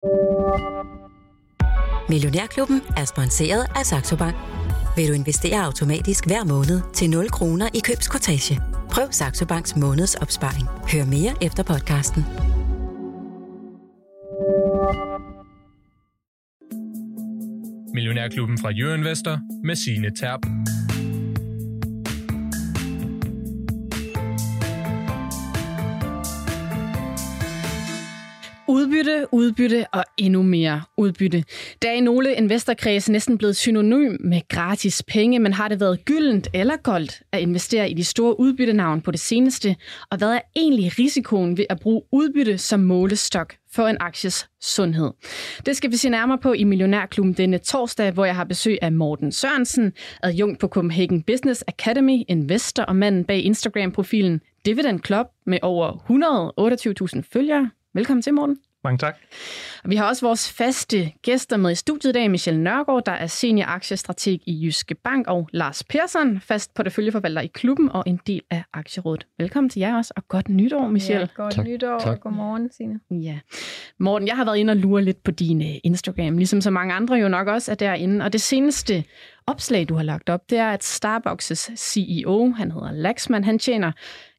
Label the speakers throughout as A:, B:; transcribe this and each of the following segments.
A: Millionærklubben er sponsoreret af Saxo Bank. Vil du investere automatisk hver måned til 0 kroner i købskortage? Prøv Saxo Banks månedsopsparing. Hør mere efter podcasten.
B: Millionærklubben fra Jørgen Investor med Signe Terp.
C: Udbytte og endnu mere udbytte. Der er i nogle investorkredse næsten blevet synonym med gratis penge, men har det været gyldent eller goldt at investere i de store udbyttenavn på det seneste? Og hvad er egentlig risikoen ved at bruge udbytte som målestok for en akties sundhed? Det skal vi se nærmere på i Millionærklubben denne torsdag, hvor jeg har besøg af Morten Sørensen, adjunkt på Copenhagen Business Academy, investor og manden bag Instagram-profilen Dividend Club med over 128.000 følgere. Velkommen til, Morten.
B: Mange tak.
C: Vi har også vores faste gæster med i studiet i dag. Michelle Nørgaard, der er senior aktiestrateg i Jyske Bank, og Lars Persson, fast porteføljeforvalter i klubben og en del af Aktierådet. Velkommen til jer også, og godt nytår, Michelle.
D: Ja, godt nytår, og godmorgen, Signe.
C: Ja. Morten, jeg har været inde og lure lidt på din Instagram, ligesom så mange andre jo nok også er derinde. Og det seneste opslag, du har lagt op, det er, at Starbucks' CEO, han hedder Laxman, han tjener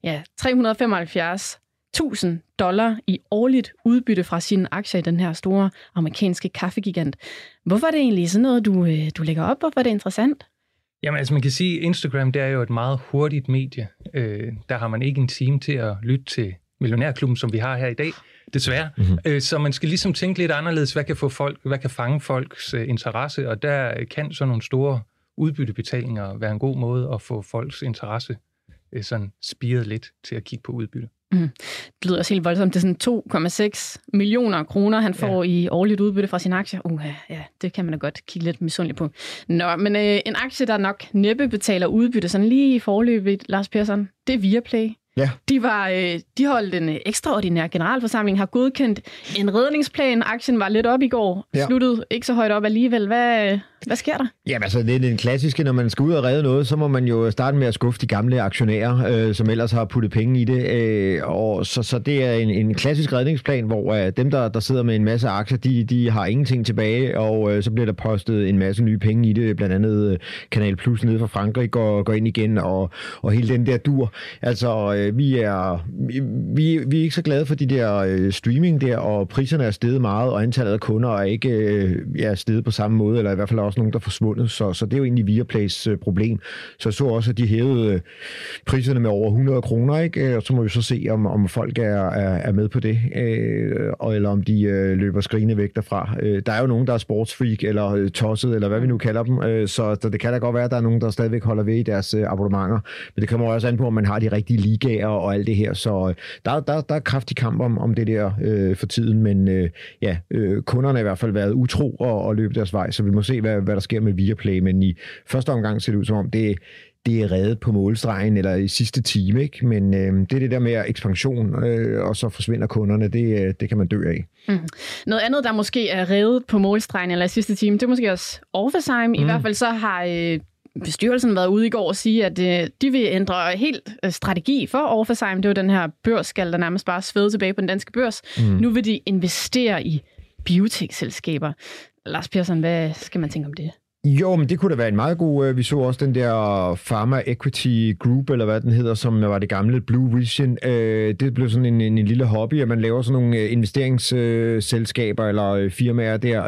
C: $375.000 i årligt udbytte fra sine aktier i den her store amerikanske kaffegigant. Hvorfor er det egentlig sådan noget, du lægger op? Hvorfor er det interessant?
B: Jamen altså man kan sige, at Instagram det er jo et meget hurtigt medie. Der har man ikke en time til at lytte til Millionærklubben, som vi har her i dag, desværre. Mm-hmm. Så man skal ligesom tænke lidt anderledes, hvad kan fange folks interesse, og der kan sådan nogle store udbyttebetalinger være en god måde at få folks interesse sådan spiret lidt til at kigge på udbytte.
C: Mm. Det lyder også helt voldsomt. Det er sådan 2,6 millioner kroner, han får i årligt udbytte fra sine aktier. Ja, det kan man da godt kigge lidt misundeligt på. Nå, men en aktie, der nok næppe betaler udbytte, sådan lige i forløbet, Lars Persson, det er Viaplay. Ja. De holdt en ekstraordinær generalforsamling, har godkendt en redningsplan. Aktien var lidt op i går, sluttede ikke så højt op alligevel. Hvad sker der?
E: Jamen altså, det er den klassiske, når man skal ud og redde noget, så må man jo starte med at skuffe de gamle aktionærer, som ellers har puttet penge i det. Og så det er en klassisk redningsplan, hvor dem, der sidder med en masse aktier, de har ingenting tilbage, og så bliver der postet en masse nye penge i det. Blandt andet Kanal Plus nede fra Frankrig går ind igen, og hele den der dur. Altså, vi er ikke så glade for de der streaming der, og priserne er steget meget, og antallet af kunder er ikke steget på samme måde, eller i hvert fald også nogen, der er forsvundet. Så det er jo egentlig Viaplays problem. Så jeg så også, at de hævede priserne med over 100 kroner, ikke? Og så må vi så se, om folk er med på det, eller om de løber skrigende væk derfra. Der er jo nogen, der er sportsfreak, eller tosset, eller hvad vi nu kalder dem, så det kan da godt være, at der er nogen, der stadigvæk holder ved i deres abonnementer. Men det kommer også an på, om man har de rigtige ligaer og alt det her. Så der er kraftig kamp om det der for tiden, men kunderne har i hvert fald været utro og løbet deres vej, så vi må se, hvad der sker med Viaplay, men i første omgang ser det ud som om, det er reddet på målstregen, eller i sidste time, ikke? Men det er det der med ekspansion, og så forsvinder kunderne, det kan man dø af.
C: Mm. Noget andet, der måske er reddet på målstregen, eller i sidste time, det er måske også Orpheusheim. I hvert fald så har bestyrelsen været ude i går og sige, at de vil ændre helt strategi for Orpheusheim. Det var den her børsskal, der nærmest bare svede tilbage på den danske børs. Nu vil de investere i biotech-selskaber. Lars Persson, hvad skal man tænke om det?
E: Jo, men det kunne da være en meget god... Vi så også den der Pharma Equity Group, eller hvad den hedder, som var det gamle Blue Vision. Det blev sådan en lille hobby, at man laver sådan nogle investeringsselskaber eller firmaer der.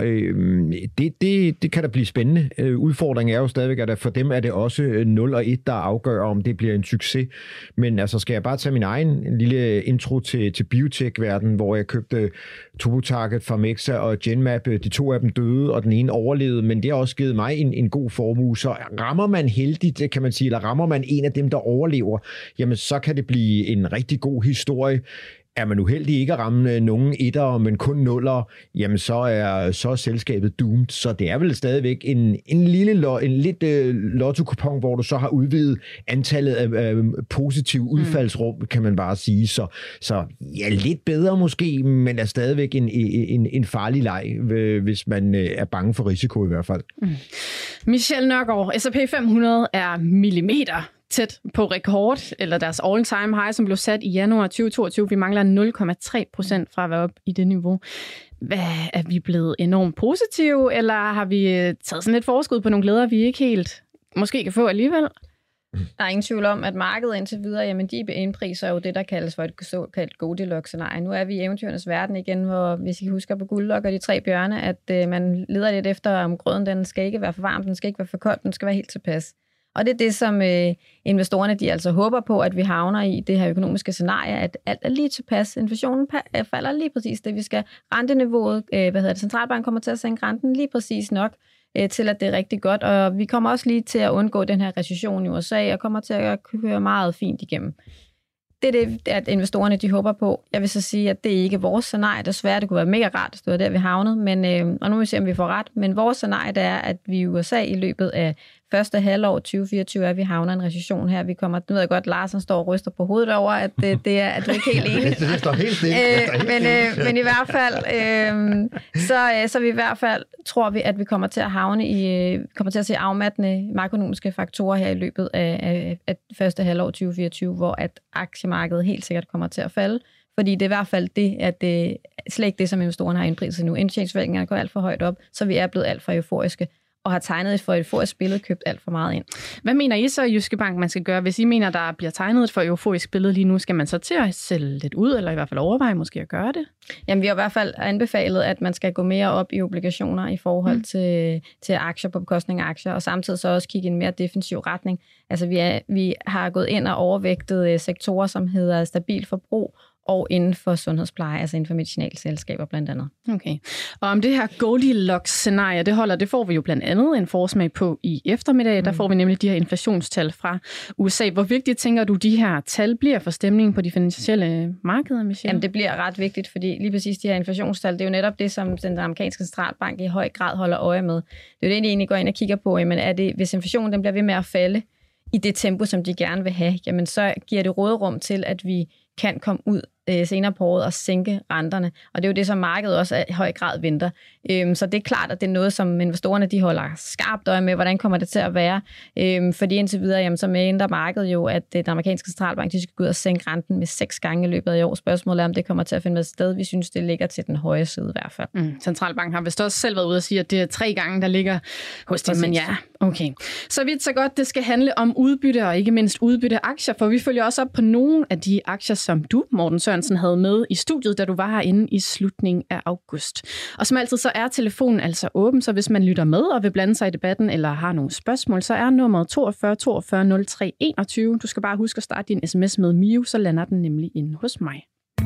E: Det kan da blive spændende. Udfordringen er jo stadigvæk, at for dem er det også 0 og 1, der afgør, om det bliver en succes. Men altså, skal jeg bare tage min egen lille intro til biotech-verdenen, hvor jeg købte TurboTarget, Pharmexa og Genmab. De 2 af dem døde, og den ene overlevede, men det har også givet mig en god formue. Så rammer man heldigt, kan man sige, eller rammer man en af dem, der overlever, jamen så kan det blive en rigtig god historie. Er man uheldig ikke at ramme nogen etter, men kun nuller, jamen så er selskabet doomed. Så det er vel stadigvæk en lidt lotto-kupon, hvor du så har udvidet antallet af positive udfaldsrum, kan man bare sige. Så ja, lidt bedre måske, men er stadigvæk en farlig leg, hvis man er bange for risiko i hvert fald.
C: Michelle Nørgaard, S&P 500 er millimeter tæt på rekord, eller deres all-time high, som blev sat i januar 2022. Vi mangler 0,3% fra at være op i det niveau. er vi blevet enormt positive, eller har vi taget sådan lidt forskud på nogle glæder, vi ikke helt måske kan få alligevel?
D: Der er ingen tvivl om, at markedet indtil videre, jamen de indpriser jo det, der kaldes for et såkaldt Goldilocks-scenarie. Nu er vi i eventyrenes verden igen, hvor, hvis I husker på Guldlok og de 3 bjørne, at man leder lidt efter, om grøden den skal ikke være for varm, den skal ikke være for kold, den skal være helt tilpas. Og det er det, som investorerne de altså håber på, at vi havner i det her økonomiske scenarie, at alt er lige tilpas. Inflationen falder lige præcis det, vi skal. Renteniveauet, centralbanken kommer til at sænke renten lige præcis nok, til at det er rigtig godt. Og vi kommer også lige til at undgå den her recession i USA, og kommer til at køre meget fint igennem. Det er det, at investorerne de håber på. Jeg vil så sige, at det ikke er vores scenarie. Desværre, det kunne være mega rart, hvis det var der, vi havnede. Men, og nu må vi se, om vi får ret. Men vores scenarie, det er, at vi i USA i løbet af første halvår 2024, at vi havner en recession her. Vi kommer, nu ved jeg godt, Larsen står og ryster på hovedet over, at det er, at du er ikke helt enig.
E: Det står helt stille.
D: Men i hvert fald, så vi i hvert fald tror vi, at vi kommer til at havne kommer til at se afmattende makroøkonomiske faktorer her i løbet af første halvår 2024, hvor at aktiemarkedet helt sikkert kommer til at falde. Fordi det er i hvert fald det, at det slet ikke det, som investorerne har indpriset nu. Indtjeningsforventningerne går alt for højt op, så vi er blevet alt for euforiske og har tegnet et for euforisk billede, købt alt for meget ind.
C: Hvad mener I så i Jyske Bank, man skal gøre? Hvis I mener, der bliver tegnet et for euforisk billede lige nu, skal man så til at sælge lidt ud, eller i hvert fald overveje måske at gøre det?
D: Jamen, vi har i hvert fald anbefalet, at man skal gå mere op i obligationer i forhold til aktier på bekostning af aktier, og samtidig så også kigge i en mere defensiv retning. Altså, vi har gået ind og overvægtet sektorer, som hedder stabil forbrug, og inden for sundhedspleje, altså inden for medicinalselskaber blandt andet.
C: Okay. Og om det her Goldilocks-scenarie, det får vi jo blandt andet en forsmag på i eftermiddag. Der får vi nemlig de her inflationstal fra USA. Hvor vigtigt tænker du, de her tal bliver for stemningen på de finansielle markeder, Michelle?
D: Jamen, det bliver ret vigtigt, fordi lige præcis de her inflationstal, det er jo netop det, som den amerikanske centralbank i høj grad holder øje med. Det er jo det, de egentlig går ind og kigger på. Jamen, hvis inflationen den bliver ved med at falde i det tempo, som de gerne vil have, jamen, så giver det råderum til, at vi kan komme ud senere på året og sænke renterne. Og det er jo det, som markedet også i høj grad venter. Så det er klart, at det er noget, som investorerne de holder skarpt øje med, hvordan kommer det til at være. Fordi indtil videre, jamen, så mener markedet jo, at den amerikanske centralbank de skal gå ud og sænke renten med 6 gange i løbet af i år. Spørgsmålet er, om det kommer til at finde med sted. Vi synes, det ligger til den høje side i hvert fald.
C: Centralbanken har vist også selv været ude og sige, at det er 3 gange, der ligger hos dem. Men ja, okay. Så vidt så godt, det skal handle om udbytte, og ikke mindst udbytteaktier, for vi følger også op på nogle af de aktier, som du, Morten Sørensen, havde med i studiet, da du var herinde i slutningen af august. Og som altid, så er telefonen altså åben, så hvis man lytter med og vil blande sig i debatten eller har nogle spørgsmål, så er nummeret 42 42 03 21. Du skal bare huske at starte din sms med Mio, så lander den nemlig inde hos mig.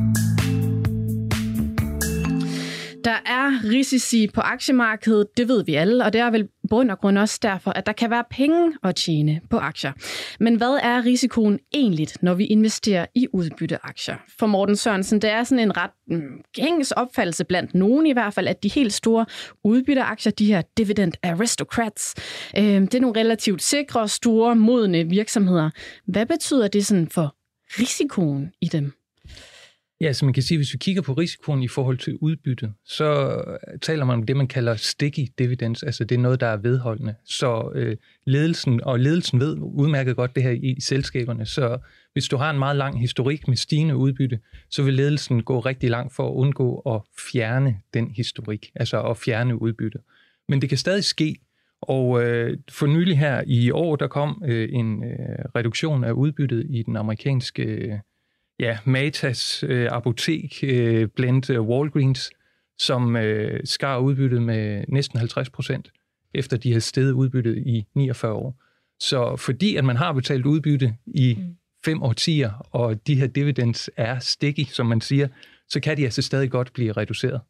C: Der er risici på aktiemarkedet, det ved vi alle, og det er vel bund og grund også derfor, at der kan være penge at tjene på aktier. Men hvad er risikoen egentlig, når vi investerer i udbytteaktier? For Morten Sørensen, det er sådan en ret gængs opfattelse blandt nogen i hvert fald, at de helt store udbytteaktier, de her dividend aristocrats, det er nogle relativt sikre, store, modne virksomheder. Hvad betyder det sådan for risikoen i dem?
B: Ja, så man kan sige, at hvis vi kigger på risikoen i forhold til udbyttet, så taler man om det, man kalder sticky dividends, altså det er noget, der er vedholdende. Så ledelsen ved udmærket godt det her i selskaberne, så hvis du har en meget lang historik med stigende udbytte, så vil ledelsen gå rigtig langt for at undgå at fjerne den historik, altså at fjerne udbytte. Men det kan stadig ske, og for nylig her i år, der kom en reduktion af udbyttet i den amerikanske Matas apotek blandt Walgreens, som skar udbyttet med næsten 50%, efter de havde steget udbyttet i 49 år. Så fordi at man har betalt udbytte i 5 årtier, og de her dividends er sticky, som man siger, så kan de altså stadig godt blive reduceret.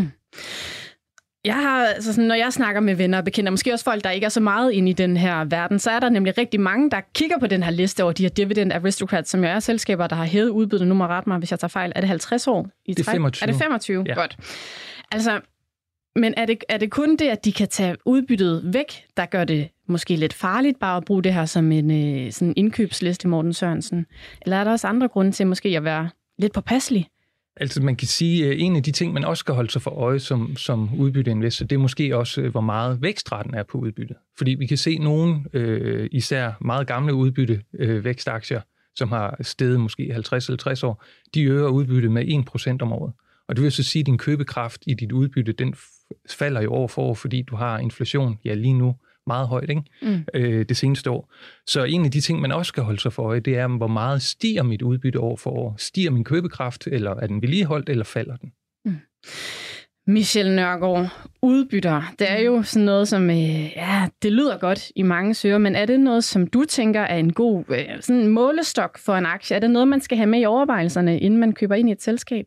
C: Jeg har, altså sådan, når jeg snakker med venner og bekendte, måske også folk, der ikke er så meget inde i den her verden, så er der nemlig rigtig mange, der kigger på den her liste over de her dividend aristocrats, som jo er selskaber, der har hævet udbyttet. Nu må rette mig, hvis jeg tager fejl. Er det 50 år i træk?
B: Det er 25.
C: Er det 25?
B: Ja.
C: Godt. Altså, men er det kun det, at de kan tage udbyttet væk, der gør det måske lidt farligt bare at bruge det her som en sådan indkøbsliste, Morten Sørensen? Eller er der også andre grunde til måske at være lidt påpasselig?
B: Altså man kan sige, at en af de ting, man også skal holde sig for øje som udbytteinvestor, det er måske også, hvor meget vækstraten er på udbyttet. Fordi vi kan se nogle, især meget gamle vækstaktier, som har steget måske 50 eller 60 år, de øger udbyttet med 1% om året. Og det vil så sige, at din købekraft i dit udbytte, den falder jo år for år, fordi du har inflation, lige nu, meget højt, ikke? Det seneste år. Så en af de ting, man også skal holde sig for øje, det er, hvor meget stiger mit udbytte år for år. Stiger min købekraft, eller er den vedligeholdt, eller falder den?
C: Michelle Nørgaard, udbytter, det er jo sådan noget, som det lyder godt i mange søger, men er det noget, som du tænker er en god sådan en målestok for en aktie? Er det noget, man skal have med i overvejelserne, inden man køber ind i et selskab?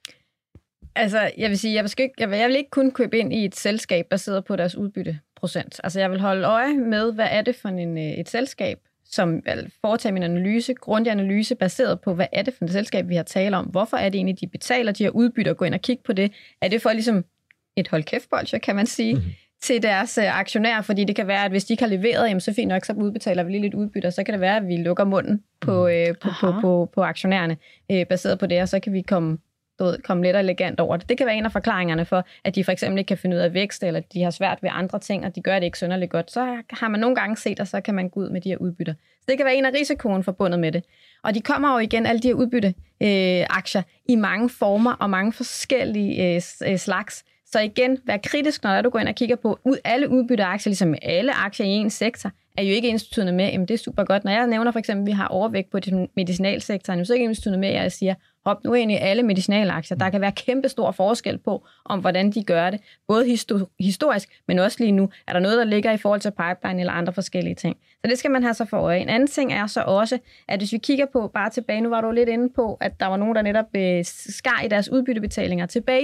D: Altså, jeg vil sige, jeg vil ikke kun købe ind i et selskab baseret på deres udbytteprocent. Altså, jeg vil holde øje med, hvad er det for et selskab, som foretager min grundig analyse baseret på, hvad er det for et selskab, vi har talt om. Hvorfor er det egentlig, de betaler de her udbytter, og gå ind og kigge på det? Er det for ligesom et hold kæft-bolsje, kan man sige, til deres aktionærer? Fordi det kan være, at hvis de ikke har leveret, jamen, så fint nok, så udbetaler vi lige lidt udbytter, så kan det være, at vi lukker munden på aktionærerne baseret på det, og så kan vi komme lidt elegant over det. Det kan være en af forklaringerne for, at de for eksempel ikke kan finde ud af vækst, eller de har svært ved andre ting, og de gør det ikke synderligt godt. Så har man nogle gange set, og så kan man gå ud med de her udbytter. Så det kan være en af risikoen forbundet med det. Og de kommer jo igen, alle de her udbytteaktier, i mange former og mange forskellige slags. Så igen, vær kritisk, når du går ind og kigger på alle udbytteaktier, ligesom alle aktier i en sektor, er jo ikke ensbetydende med, at det er super godt. Når jeg nævner for eksempel, at vi har overvægt på medicinalsektoren, så er det ikke ensbetydende med, at jeg siger, hop nu ind i alle medicinalaktier. Der kan være kæmpe stor forskel på, om hvordan de gør det. Både historisk, men også lige nu. Er der noget, der ligger i forhold til pipeline eller andre forskellige ting. Så det skal man have sig for øje. En anden ting er så også, at hvis vi kigger på, bare tilbage, nu var du lidt inde på, at der var nogen, der netop skar i deres udbyttebetalinger. Tilbage i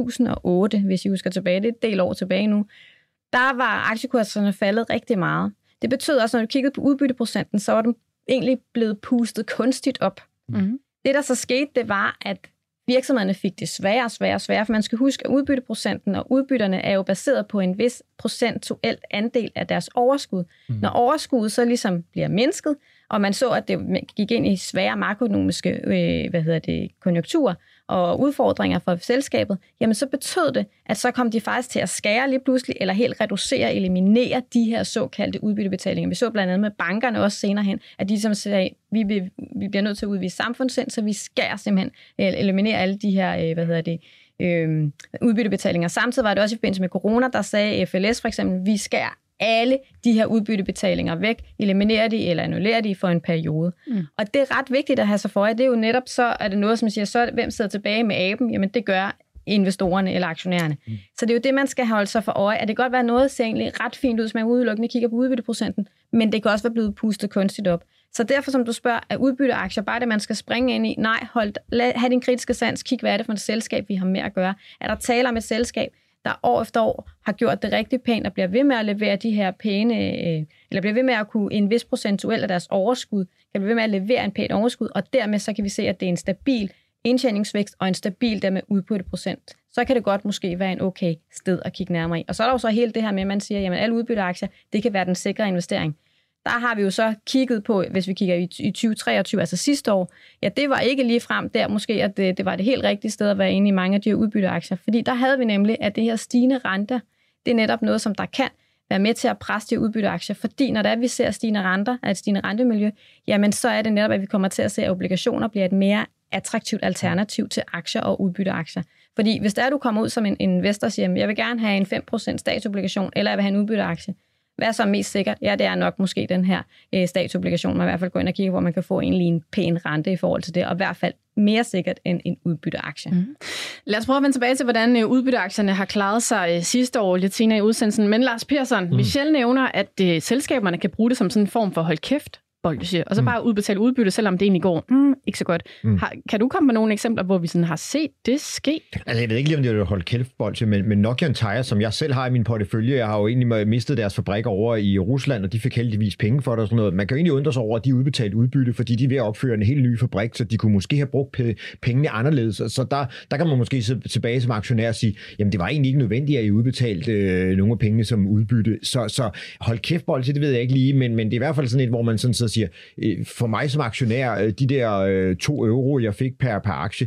D: 2008, hvis I husker tilbage, det er et del år tilbage nu, der var aktiekurserne faldet rigtig meget. Det betød også, når du kiggede på udbytteprocenten, så var den egentlig blevet pustet kunstigt op. Mm-hmm. Det, der så skete, det var, at virksomhederne fik det sværere, for man skal huske, at udbytteprocenten og udbytterne er jo baseret på en vis procentuel andel af deres overskud. Mm. Når overskuddet så ligesom bliver mindsket, og man så, at det gik ind i svære makroøkonomiske konjunkturer og udfordringer for selskabet, jamen så betød det, at så kom de faktisk til at skære lige pludselig, eller helt reducere, eliminere de her såkaldte udbyttebetalinger. Vi så blandt andet med bankerne også senere hen, at de som sagde, vi bliver nødt til at udvise samfundssind, så vi skærer simpelthen, eliminerer alle de her, udbyttebetalinger. Samtidig var det også i forbindelse med corona, der sagde FLS for eksempel, vi skærer alle de her udbyttebetalinger væk, eliminerer de eller annullerer de for en periode. Mm. Og det er ret vigtigt at have sig for øje. Det er jo netop så, er det noget, som siger, så hvem sidder tilbage med aben? Jamen det gør investorerne eller aktionærerne. Mm. Så det er jo det, man skal holde sig for øje. At det kan godt være noget, der ser egentlig ret fint ud, hvis man udelukkende kigger på udbytteprocenten, men det kan også være blevet pustet kunstigt op. Så derfor, som du spørger, er udbytteaktier bare det, man skal springe ind i? Nej, have din kritiske sans, kig, hvad er det for et selskab, vi har med at gøre. Er der tale om et selskab, der år efter år har gjort det rigtig pænt og bliver ved med at levere de her pæne, eller bliver ved med at kunne en vis procentuel af deres overskud, kan blive ved med at levere en pæn overskud, og dermed så kan vi se, at det er en stabil indtjeningsvækst og en stabil dermed udbytteprocent. Så kan det godt måske være en okay sted at kigge nærmere i. Og så er der jo så hele det her med, at man siger, jamen alle udbytteaktier, det kan være den sikre investering. Der har vi jo så kigget på, hvis vi kigger i 2023, altså sidste år, ja, det var ikke lige frem der måske, at det var det helt rigtige sted at være inde i mange af de her udbytteaktier. Fordi der havde vi nemlig, at det her stigende renter, det er netop noget, som der kan være med til at presse de udbytteaktier. Fordi når vi ser stigende renter, et stigende rentemiljø, jamen så er det netop, at vi kommer til at se, at obligationer bliver et mere attraktivt alternativ til aktier og udbytteaktier. Fordi hvis der du kommer ud som en investor og siger, jeg vil gerne have en 5% statsobligation, eller jeg vil have en udbytteaktie, hvad er så mest sikkert? Ja, det er nok måske den her statsobligation, man i hvert fald går ind og kigger, hvor man kan få egentlig en pæn rente i forhold til det, og i hvert fald mere sikkert end en udbytteaktie. Mm.
C: Lad os prøve at vende tilbage til, hvordan udbytteaktierne har klaret sig sidste år, lidt senere i udsendelsen. Men Lars Persson, Michelle nævner, at selskaberne kan bruge det som sådan en form for hold kæft bolsje, og så bare udbetale udbytte, selvom det egentlig går ikke så godt. Kan du komme med nogle eksempler, hvor vi sådan har set det ske?
E: Altså, jeg ved ikke lige, om det er holdt kæftbolsje, men Nokian Tyres, som jeg selv har i min portefølje, jeg har jo egentlig mistet deres fabrik over i Rusland, og de fik heldigvis penge for det og sådan noget. Man kan jo egentlig undre sig over, at de udbetalte udbytte, fordi de er ved at opføre en helt ny fabrik, så de kunne måske have brugt pengene anderledes. Så der kan man måske sidde tilbage som aktionær og sige, jamen det var egentlig ikke nødvendigt, at I udbetalte nogle af pengene som udbytte. Så hold kæftbolsje, det ved jeg ikke lige, men det er i hvert fald sådan et, hvor man sådan siger, for mig som aktionær, de der 2 euro, jeg fik per aktie,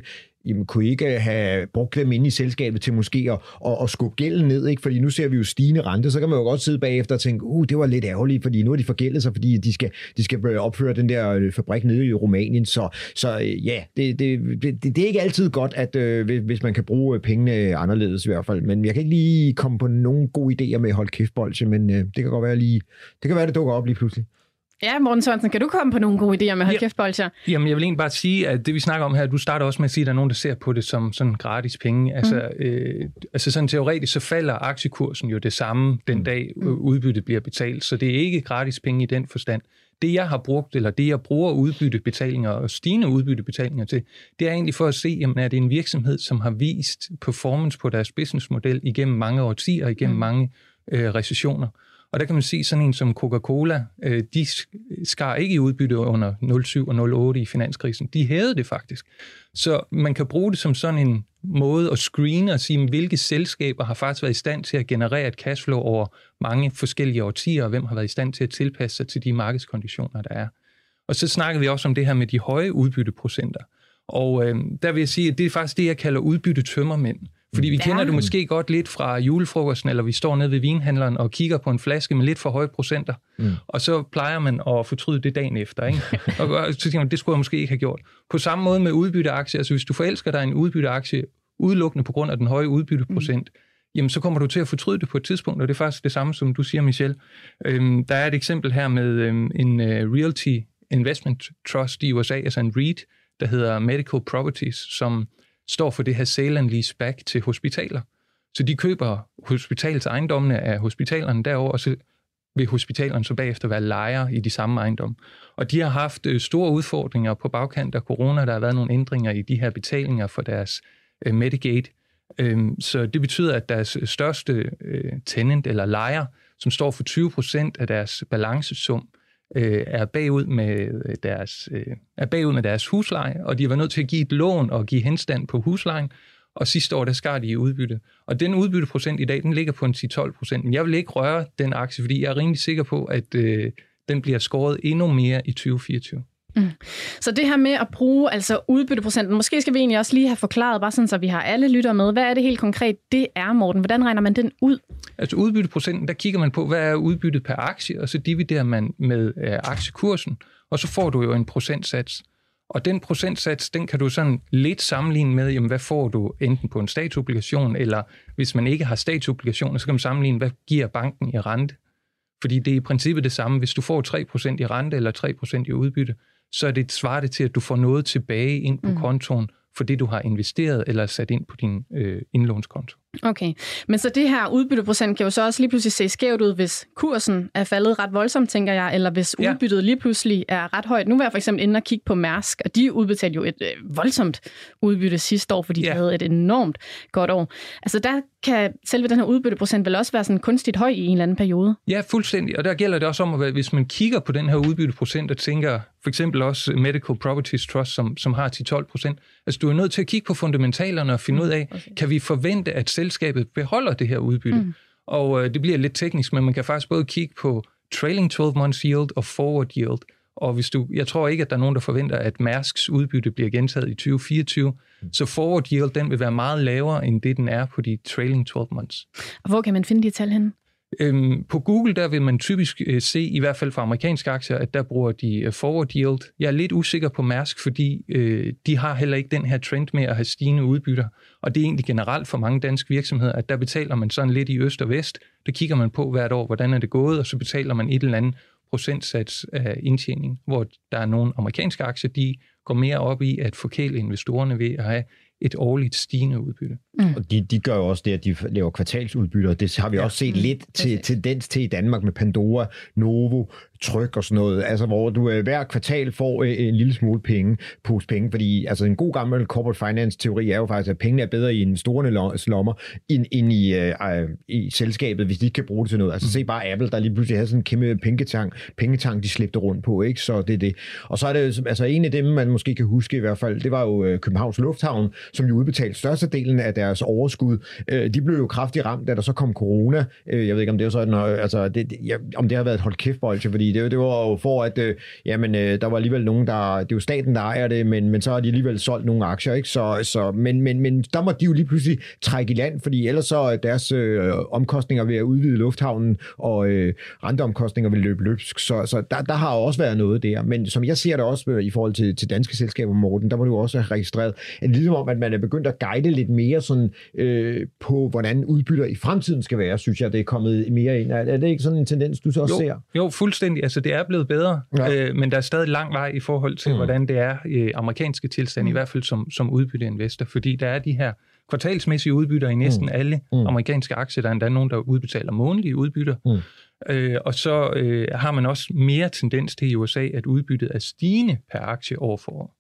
E: jamen, kunne I ikke have brugt dem inde i selskabet til måske at skubbe gælden ned, ikke? Fordi nu ser vi jo stigende rente, så kan man jo godt sidde bagefter og tænke, det var lidt ærgerligt, fordi nu er de forgældet sig, fordi de skal opføre den der fabrik nede i Rumænien. Så ja, det er ikke altid godt, at hvis man kan bruge pengene anderledes i hvert fald. Men jeg kan ikke lige komme på nogen gode idéer med at holde kæft bolsje, men det kan godt være det dukker op lige pludselig.
C: Ja, Morten Sørensen, kan du komme på nogle gode idéer med hold kæft bolsjer?
B: Jamen, jeg vil egentlig bare sige, at det vi snakker om her, du starter også med at sige, at der er nogen, der ser på det som sådan gratis penge. Altså sådan teoretisk, så falder aktiekursen jo det samme den dag udbyttet bliver betalt, så det er ikke gratis penge i den forstand. Det jeg har brugt, eller det jeg bruger udbyttebetalinger og stigende udbyttebetalinger til, det er egentlig for at se, jamen, er det en virksomhed, som har vist performance på deres businessmodel igennem mange årtier, igennem mange recessioner. Og der kan man se sådan en som Coca-Cola, de skar ikke i udbytte under 07 og 08 i finanskrisen. De hævede det faktisk. Så man kan bruge det som sådan en måde at screene og sige, hvilke selskaber har faktisk været i stand til at generere et cashflow over mange forskellige årtier, og hvem har været i stand til at tilpasse sig til de markedskonditioner, der er. Og så snakker vi også om det her med de høje udbytteprocenter. Og der vil jeg sige, at det er faktisk det, jeg kalder udbyttetømmermænd. Fordi vi kender det måske godt lidt fra julefrokosten, eller vi står nede ved vinhandleren og kigger på en flaske med lidt for høje procenter, og så plejer man at fortryde det dagen efter, ikke? Og så tænker man, det skulle jeg måske ikke have gjort. På samme måde med udbytteaktier, altså hvis du forelsker dig en udbytteaktie udelukkende på grund af den høje udbytteprocent, jamen så kommer du til at fortryde det på et tidspunkt, og det er faktisk det samme, som du siger, Michelle. Der er et eksempel her med en Realty Investment Trust i USA, altså en REIT, der hedder Medical Properties, som står for det her sale and lease back til hospitaler. Så de køber hospitalsejendommene af hospitalerne derovre, og så vil hospitalerne så bagefter være lejere i de samme ejendomme. Og de har haft store udfordringer på bagkant af corona. Der har været nogle ændringer i de her betalinger for deres Medigate. Så det betyder, at deres største tenant eller lejer, som står for 20% af deres balancesum, er bagud med deres husleje, og de har været nødt til at give et lån og give henstand på huslejen, og sidste år, der skar de i udbytte. Og den udbytteprocent i dag, den ligger på en 10-12%, men jeg vil ikke røre den aktie, fordi jeg er rimelig sikker på, at den bliver skåret endnu mere i 2024.
C: Så det her med at bruge altså udbytteprocenten, måske skal vi egentlig også lige have forklaret, bare sådan, så vi har alle lytter med. Hvad er det helt konkret, det er, Morten? Hvordan regner man den ud?
B: Altså udbytteprocenten, der kigger man på, hvad er udbyttet per aktie, og så dividerer man med aktiekursen, og så får du jo en procentsats. Og den procentsats, den kan du sådan lidt sammenligne med, jamen, hvad får du enten på en statsobligation, eller hvis man ikke har statsobligationer, så kan man sammenligne, hvad giver banken i rente. Fordi det er i princippet det samme. Hvis du får 3% i rente eller 3% i udbytte, så er det svarer det til, at du får noget tilbage ind på kontoen for det, du har investeret eller sat ind på din indlånskonto.
C: Okay, men så det her udbytteprocent kan jo så også lige pludselig se skævt ud, hvis kursen er faldet ret voldsomt, tænker jeg, eller hvis udbyttet lige pludselig er ret højt. Nu var jeg for eksempel inde og kigge på Mærsk, og de udbetalte jo et voldsomt udbytte sidste år, fordi de havde et enormt godt år. Altså der kan selve den her udbytteprocent vel også være sådan kunstigt høj i en eller anden periode? Ja,
B: fuldstændig, og der gælder det også om, at hvis man kigger på den her udbytteprocent og tænker, for eksempel også Medical Properties Trust, som har 10-12%, altså du er nødt til at kigge på fundamentalerne og finde ud af, kan vi forvente, at selskabet beholder det her udbytte? Og det bliver lidt teknisk, men man kan faktisk både kigge på trailing 12 months yield og forward yield. Og jeg tror ikke, at der er nogen, der forventer, at Mærsks udbytte bliver gentaget i 2024. Så forward yield, den vil være meget lavere, end det den er på de trailing 12 months.
C: Og hvor kan man finde de tal henne?
B: På Google, der vil man typisk se, i hvert fald for amerikanske aktier, at der bruger de forward yield. Jeg er lidt usikker på Mærsk, fordi de har heller ikke den her trend med at have stigende udbytter. Og det er egentlig generelt for mange danske virksomheder, at der betaler man sådan lidt i øst og vest. Der kigger man på hvert år, hvordan er det gået, og så betaler man et eller andet procentsats af indtjening, hvor der er nogle amerikanske aktier, de går mere op i at forkæle investorerne ved at have et årligt stigende udbytte.
E: Og de gør jo også det, at de laver kvartalsudbytter. Det har vi også set lidt tendens til i Danmark med Pandora, Novo, Tryg og sådan noget. Altså hvor du hver kvartal får en lille smule pose penge, fordi altså en god gammel corporate finance teori er jo faktisk, at pengene er bedre i investorernes lommer end i selskabet, hvis de ikke kan bruge det til noget. Altså se bare Apple, der lige pludselig havde sådan en kæmpe pengetank, de slæbte rundt på, ikke? Så det er det. Og så er det altså en af dem, man måske kan huske i hvert fald, det var jo Københavns Lufthavn, som jo udbetalte størstedelen af deres overskud. De blev jo kraftigt ramt, da der så kom corona. Jeg ved ikke, om det er sådan, om det har været et hold kæft-bolsje, fordi det var jo for, at der var alligevel nogen, det er jo staten, der ejer det, men så har de alligevel solgt nogle aktier, ikke? Men der må de jo lige pludselig trække i land, fordi ellers så deres omkostninger ved at udvide lufthavnen og renteomkostninger vil løbe løbsk. Så der har også været noget der. Men som jeg ser det også i forhold til danske selskaber, Morten, der må du også have registreret, at det er ligesom om, at man er begyndt at guide lidt mere sådan, på, hvordan udbytter i fremtiden skal være, synes jeg, det er kommet mere ind. Er det ikke sådan en tendens, du så også ser? Jo,
B: fuldstændig. Altså, det er blevet bedre, men der er stadig lang vej i forhold til, hvordan det er i amerikanske tilstande, i hvert fald som udbytteinvestor, fordi der er de her kvartalsmæssige udbytter i næsten alle amerikanske aktier. Der er endda nogen, der udbetaler månedlige udbytter. Og så har man også mere tendens til i USA, at udbyttet er stigende per aktie år for år.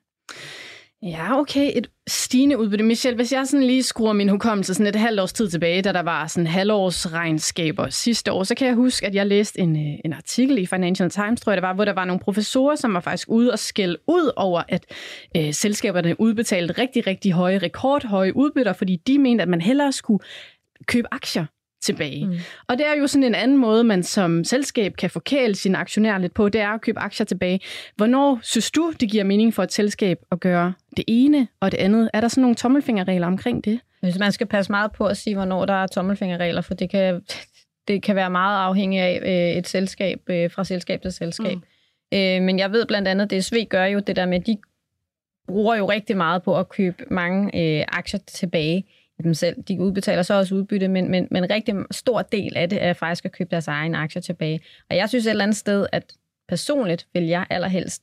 C: Ja, okay. Et stigende udbytte. Michelle, hvis jeg sådan lige skruer min hukommelse sådan et halvt års tid tilbage, da der var sådan halvårsregnskaber sidste år, så kan jeg huske, at jeg læste en artikel i Financial Times, tror jeg det var, hvor der var nogle professorer, som var faktisk ude og skælde ud over, at selskaberne udbetalte rigtig, rigtig rekordhøje udbytter, fordi de mente, at man hellere skulle købe aktier tilbage. Og det er jo sådan en anden måde, man som selskab kan forkæle sine aktionærer lidt på, det er at købe aktier tilbage. Hvornår synes du, det giver mening for et selskab at gøre det ene og det andet? Er der sådan nogle tommelfingerregler omkring det?
D: Man skal passe meget på at sige, hvornår der er tommelfingerregler, for det kan være meget afhængigt af et selskab, fra selskab til selskab. Men jeg ved blandt andet, at DSV gør jo det der med, at de bruger jo rigtig meget på at købe mange aktier tilbage dem selv. De udbetaler så også udbytte, men en rigtig stor del af det er faktisk at købe deres egne aktier tilbage. Og jeg synes et eller andet sted, at personligt vil jeg allerhelst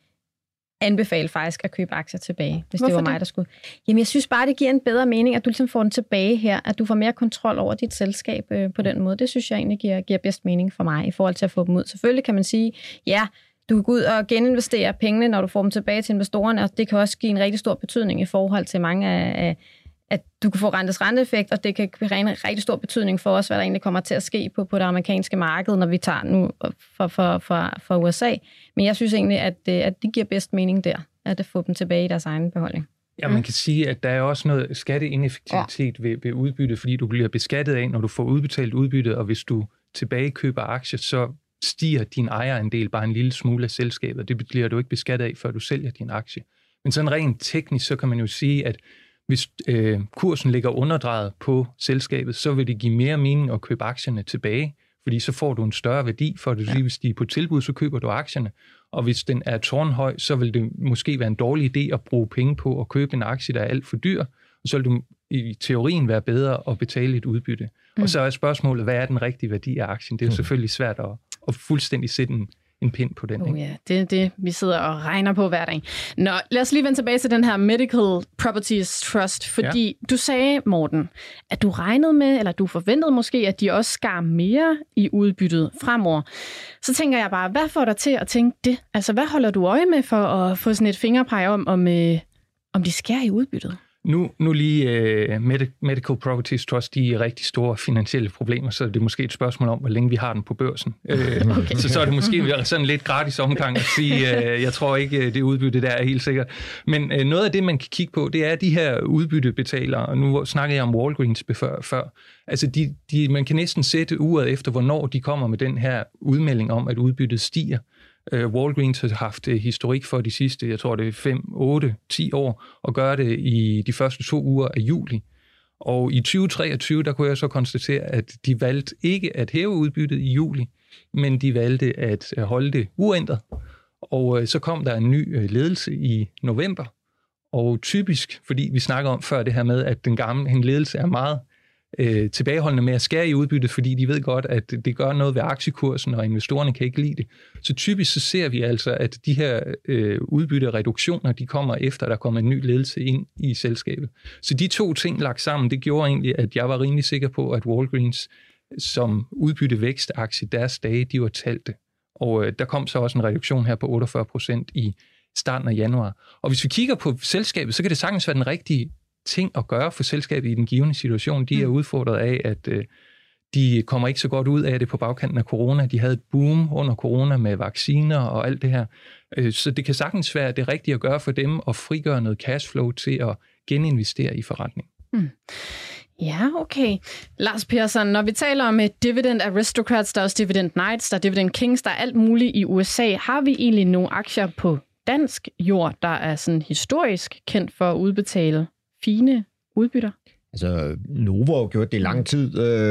D: anbefale faktisk at købe aktier tilbage, hvis det var mig, der skulle. Jamen, jeg synes bare, det giver en bedre mening, at du ligesom får den tilbage her, at du får mere kontrol over dit selskab på den måde. Det synes jeg egentlig giver bedst mening for mig i forhold til at få dem ud. Selvfølgelig kan man sige, ja, du kan gå ud og geninvestere pengene, når du får dem tilbage til investorerne, og det kan også give en rigtig stor betydning i forhold til mange af at du kan få renteeffekt, og det kan have en rigtig stor betydning for os, hvad der egentlig kommer til at ske på det amerikanske marked, når vi tager nu fra USA. Men jeg synes egentlig, at det giver bedst mening der, at få dem tilbage i deres egen beholdning.
B: Ja, man kan sige, at der er også noget skatteineffektivitet ved udbytte, fordi du bliver beskattet af, når du får udbetalt udbytte, og hvis du tilbagekøber aktier, så stiger din ejerandel bare en lille smule af selskabet. Det bliver du ikke beskattet af, før du sælger din aktie. Men sådan rent teknisk, så kan man jo sige, at hvis kursen ligger underdrejet på selskabet, så vil det give mere mening at købe aktierne tilbage, fordi så får du en større værdi for det. Hvis de er på tilbud, så køber du aktierne. Og hvis den er tårnhøj, så vil det måske være en dårlig idé at bruge penge på at købe en aktie, der er alt for dyr. Og så vil du i teorien være bedre at betale et udbytte. Og så er spørgsmålet, hvad er den rigtige værdi af aktien? Det er jo selvfølgelig svært at fuldstændig sætte en pind på den. Ikke?
C: Ja, det er det, vi sidder og regner på hver dag. Nå, lad os lige vende tilbage til den her Medical Properties Trust, fordi du sagde, Morten, at du regnede med, eller du forventede måske, at de også skar mere i udbyttet fremover. Så tænker jeg bare, hvad får dig til at tænke det? Altså, hvad holder du øje med for at få sådan et fingerpeg om de skærer i udbyttet?
B: Nu lige Medical Properties Trust, de er rigtig store finansielle problemer, så det er måske et spørgsmål om, hvor længe vi har den på børsen. Okay. Så er det måske sådan lidt gratis omgang at sige, jeg tror ikke, det udbytte der er helt sikkert. Men noget af det, man kan kigge på, det er de her udbyttebetalere, og nu snakker jeg om Walgreens før. Altså, man kan næsten sætte uret efter, hvornår de kommer med den her udmelding om, at udbyttet stiger. Walgreens har haft historik for de sidste, jeg tror det er 5, 8, 10 år, og gør det i de første 2 uger af juli. Og i 2023, der kunne jeg så konstatere, at de valgte ikke at hæve udbyttet i juli, men de valgte at holde det uændret. Og så kom der en ny ledelse i november, og typisk, fordi vi snakker om før det her med, at en ledelse er meget tilbageholdende med at skære i udbyttet, fordi de ved godt, at det gør noget ved aktiekursen, og investorerne kan ikke lide det. Så typisk så ser vi altså, at de her udbyttereduktioner, de kommer efter, at der kommer en ny ledelse ind i selskabet. Så de 2 ting lagt sammen, det gjorde egentlig, at jeg var rimelig sikker på, at Walgreens som udbyttevækstaktie, deres dage, de var talte. Og der kom så også en reduktion her på 48% i starten af januar. Og hvis vi kigger på selskabet, så kan det sagtens være den rigtige ting at gøre for selskabet i den givende situation. De er udfordret af, at de kommer ikke så godt ud af det på bagkanten af corona. De havde et boom under corona med vacciner og alt det her. Så det kan sagtens være det rigtige at gøre for dem at frigøre noget cashflow til at geninvestere i forretningen.
C: Ja, okay. Lars Persson, når vi taler om dividend aristocrats, der er også dividend knights, der er dividend kings, der er alt muligt i USA, har vi egentlig nogle aktier på dansk jord, der er sådan historisk kendt for at udbetale fine udbytter?
E: Altså, Novo har gjort det i lang tid.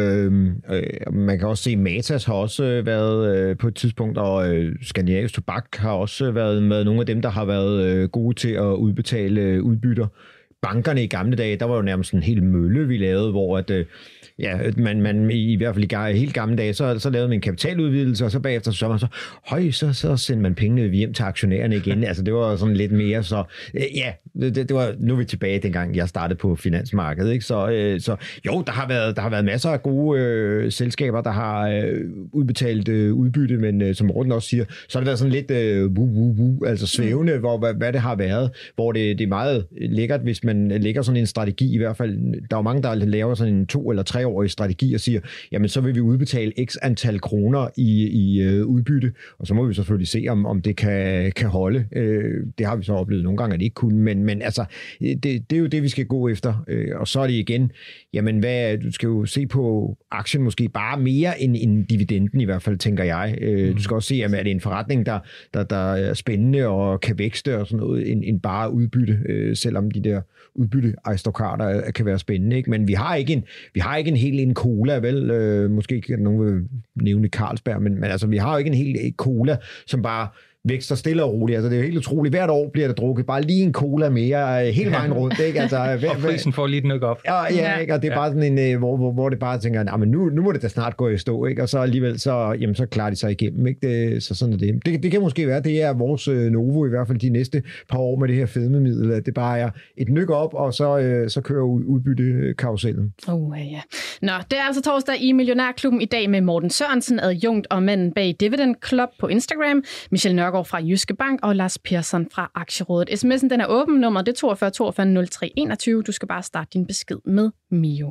E: Man kan også se, Matas har også været på et tidspunkt, og Skandinavisk Tobak har også været med nogle af dem, der har været gode til at udbetale udbytter. Bankerne i gamle dage, der var jo nærmest en hel mølle, vi lavede, hvor at, man i hvert fald i helt gamle dage, så lavede man en kapitaludvidelse, og så bagefter så man så sendte man pengene hjem til aktionærerne igen. Altså det var sådan lidt mere, så det var, nu er vi tilbage dengang, jeg startede på finansmarkedet, ikke? Så jo, der har været masser af gode selskaber, der har udbetalt udbytte, men som Morten også siger, så har det været sådan lidt altså svævende, hvad det har været, hvor det er meget lækkert, hvis man lægger sådan en strategi, i hvert fald, der er jo mange, der laver sådan en 2- eller 3-årig strategi og siger, jamen så vil vi udbetale x antal kroner i udbytte, og så må vi selvfølgelig se, om det kan holde. Det har vi så oplevet nogle gange, at det ikke kunne, men altså, det er jo det, vi skal gå efter. Og så er det igen, jamen du skal jo se på aktien måske bare mere end dividenden i hvert fald, tænker jeg. Du skal også se, at det er en forretning, der er spændende og kan vækste og sådan noget, end bare udbytte, selvom de der udbytte-aristokrater kan være spændende, ikke? Men vi har ikke en hel cola, vel? Måske kan nogen vil nævne Carlsberg, men altså, vi har jo ikke en hel cola, som bare vækster stille og roligt. Altså, det er jo helt utroligt. Hvert år bliver der drukket bare lige en cola mere hele vejen rundt, ikke? Altså,
B: og prisen får lige et nyk op.
E: Ja, ikke? Og det er bare sådan en, hvor det bare tænker, men nu må det da snart gå i stå, ikke? Og så alligevel, så klarer de sig igennem, ikke? Så sådan er det. Det kan måske være, det er vores Novo, i hvert fald de næste par år med det her fedmemiddel, at det bare er et nyk op, og så kører udbyttekarusellen.
C: Ja. Nå, det er altså torsdag i Millionærklubben i dag med Morten Sørensen, adjunkt og manden bag Dividend Club på Instagram, Michelle Nørgaard fra Jyske Bank og Lars Persson fra Aktierådet. SMS'en den er åben, nummeret det er 42 42 03 21. Du skal bare starte din besked med Mio.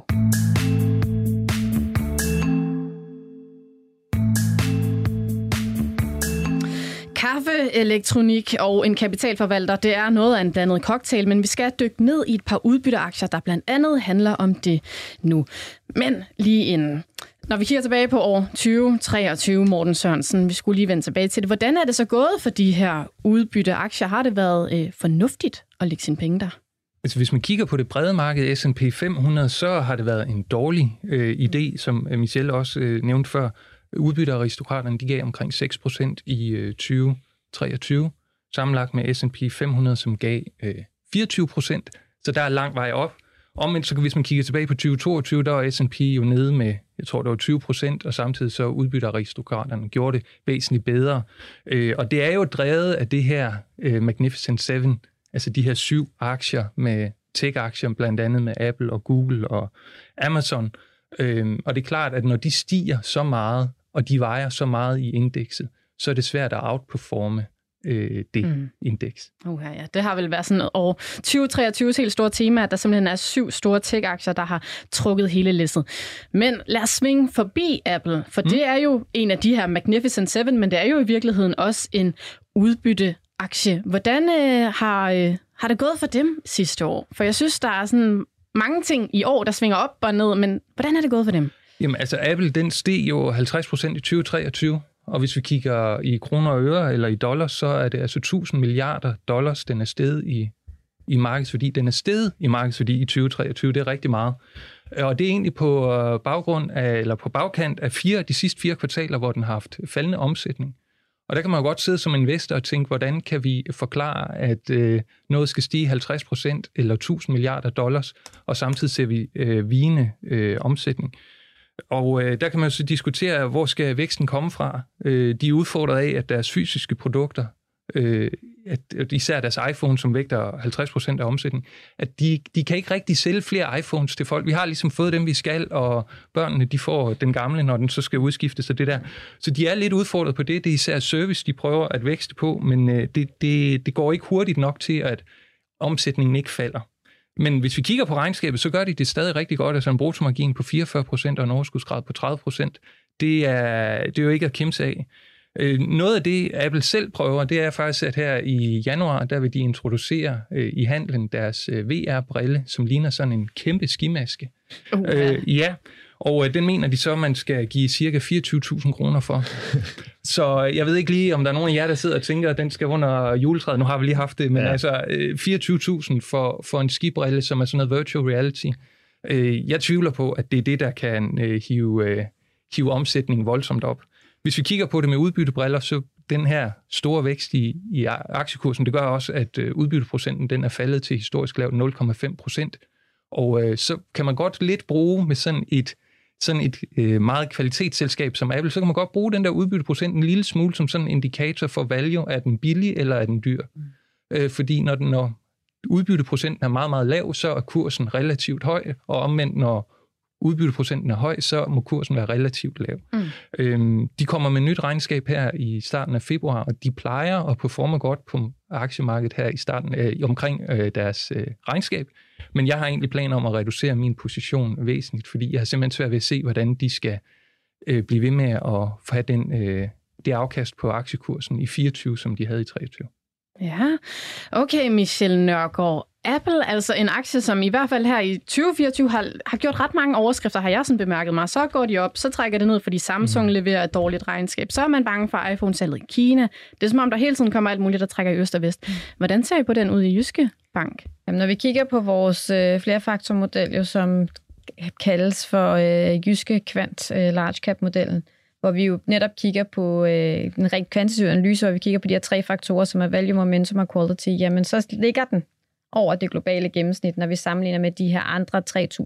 C: Kaffe, elektronik og en kapitalforvalter, det er noget af en blandet cocktail, men vi skal dykke ned i et par udbytteaktier, der blandt andet handler om det nu. Men lige inden. Når vi kigger tilbage på år 2023, Morten Sørensen, vi skulle lige vende tilbage til det. Hvordan er det så gået for de her udbytteaktier? Har det været fornuftigt at lægge sine penge der?
B: Altså, hvis man kigger på det brede marked, S&P 500, så har det været en dårlig idé, som Michelle også nævnte før. Udbyttearistokraterne, de gav omkring 6% i 2023, sammenlagt med S&P 500, som gav 24%, så der er lang vej op. Omvendt, så hvis man kigger tilbage på 2022, der var S&P jo nede med, jeg tror, det var 20%, og samtidig så udbyttearistokraterne gjorde det væsentligt bedre. Og det er jo drevet af det her Magnificent Seven, altså de her 7 aktier med tech-aktier, blandt andet med Apple og Google og Amazon. Og det er klart, at når de stiger så meget, og de vejer så meget i indekset, så er det svært at outperforme det indeks.
C: Ja, det har vel været sådan år 2023's helt store tema, at der simpelthen er 7 store tech-aktier, der har trukket hele læsset. Men lad os svinge forbi Apple, for det er jo en af de her Magnificent Seven, men det er jo i virkeligheden også en udbytteaktie. Hvordan har det gået for dem sidste år? For jeg synes, der er sådan mange ting i år, der svinger op og ned, men hvordan er det gået for dem? Jamen
B: altså, Apple, den steg jo 50% i 2023, og hvis vi kigger i kroner og øre eller i dollars, så er det altså $1.000 milliarder, den er steget i markedsværdi. Den er steget i markedsværdi i 2023, det er rigtig meget. Og det er egentlig på bagkant af de sidste 4 kvartaler, hvor den har haft faldende omsætning. Og der kan man jo godt sidde som investor og tænke, hvordan kan vi forklare, at noget skal stige 50% eller $1.000 milliarder, og samtidig ser vi vigende omsætning. Og der kan man jo så diskutere, hvor skal væksten komme fra. De er udfordret af, at deres fysiske produkter, at især deres iPhone, som vægter 50% af omsætningen, at de kan ikke rigtig sælge flere iPhones til folk. Vi har ligesom fået dem, vi skal, og børnene, de får den gamle, når den så skal udskiftes og det der. Så de er lidt udfordret på det. Det er især service, de prøver at vækste på, men det går ikke hurtigt nok til, at omsætningen ikke falder. Men hvis vi kigger på regnskabet, så gør de det stadig rigtig godt. Altså en bruttomargin på 44% og en overskudsgrad på 30%. Det er jo ikke at kimse af. Noget af det, Apple selv prøver, det er faktisk, at her i januar, der vil de introducere i handlen deres VR-brille, som ligner sådan en kæmpe skimaske. Ja, og den mener de så, at man skal give ca. 24.000 kroner for. Så jeg ved ikke lige, om der er nogen af jer, der sidder og tænker, at den skal under juletræet. Nu har vi lige haft det, men altså 24.000 for en skibrille, som er sådan noget virtual reality. Jeg tvivler på, at det er det, der kan hive omsætningen voldsomt op. Hvis vi kigger på det med udbyttebriller, så den her store vækst i aktiekursen, det gør også, at udbytteprocenten den er faldet til historisk lavt 0,5%. Og så kan man godt lidt bruge med sådan et meget kvalitetsselskab som Apple, så kan man godt bruge den der udbytteprocent en lille smule som sådan en indikator for value. Er den billig, eller er den dyr? Fordi når udbytteprocenten er meget, meget lav, så er kursen relativt høj, og omvendt, når udbytteprocenten er høj, så må kursen være relativt lav. De kommer med nyt regnskab her i starten af februar, og de plejer at performe godt på aktiemarkedet her i starten omkring deres regnskab. Men jeg har egentlig planer om at reducere min position væsentligt, fordi jeg har simpelthen svært ved at se, hvordan de skal blive ved med at have det afkast på aktiekursen i 24, som de havde i 23.
C: Ja, okay, Michelle Nørgaard. Apple, altså en aktie, som i hvert fald her i 2024 har gjort ret mange overskrifter, har jeg sådan bemærket mig. Så går de op, så trækker det ned, fordi Samsung leverer et dårligt regnskab. Så er man bange for iPhone-salget i Kina. Det er som om, der hele tiden kommer alt muligt, der trækker i øst og vest. Hvordan ser I på den ud i Jyske Bank?
D: Jamen, når vi kigger på vores flerfaktormodel, som kaldes for Jyske Kvant Large Cap-modellen, hvor vi jo netop kigger på en rent kvantitativ analyse, hvor vi kigger på de her 3 faktorer, som er value, momentum og quality, jamen så ligger den over det globale gennemsnit, når vi sammenligner med de her andre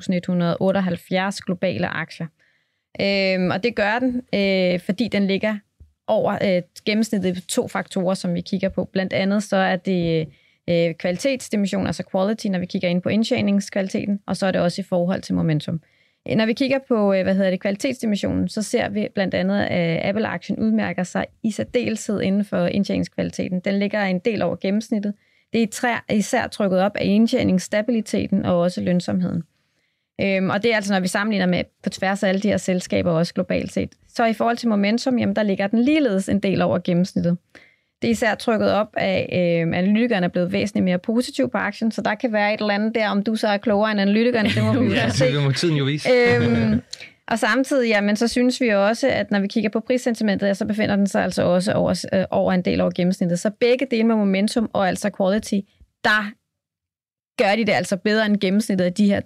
D: 3.178 globale aktier. Og det gør den, fordi den ligger over gennemsnittet på 2 faktorer, som vi kigger på. Blandt andet så er det kvalitetsdimension, altså quality, når vi kigger ind på indtjeningskvaliteten, og så er det også i forhold til momentum. Når vi kigger på kvalitetsdimensionen, så ser vi blandt andet, at Apple-aktien udmærker sig i særdeleshed inden for indtjeningskvaliteten. Den ligger en del over gennemsnittet. Det er især trykket op af indtjeningsstabiliteten og også lønsomheden. Og det er altså, når vi sammenligner med på tværs af alle de her selskaber, også globalt set. Så i forhold til momentum, jamen, der ligger den ligeledes en del over gennemsnittet. Det er især trykket op af, analytikerne er blevet væsentligt mere positiv på aktien, så der kan være et eller andet der, om du så er klogere end analytikerne, det må vi jo se.
B: Det må tiden jo vise.
D: Og samtidig, jamen, så synes vi også, at når vi kigger på prissentimentet, så befinder den sig altså også over en del over gennemsnittet. Så begge dele med momentum og altså quality, der gør de det altså bedre end gennemsnittet af de her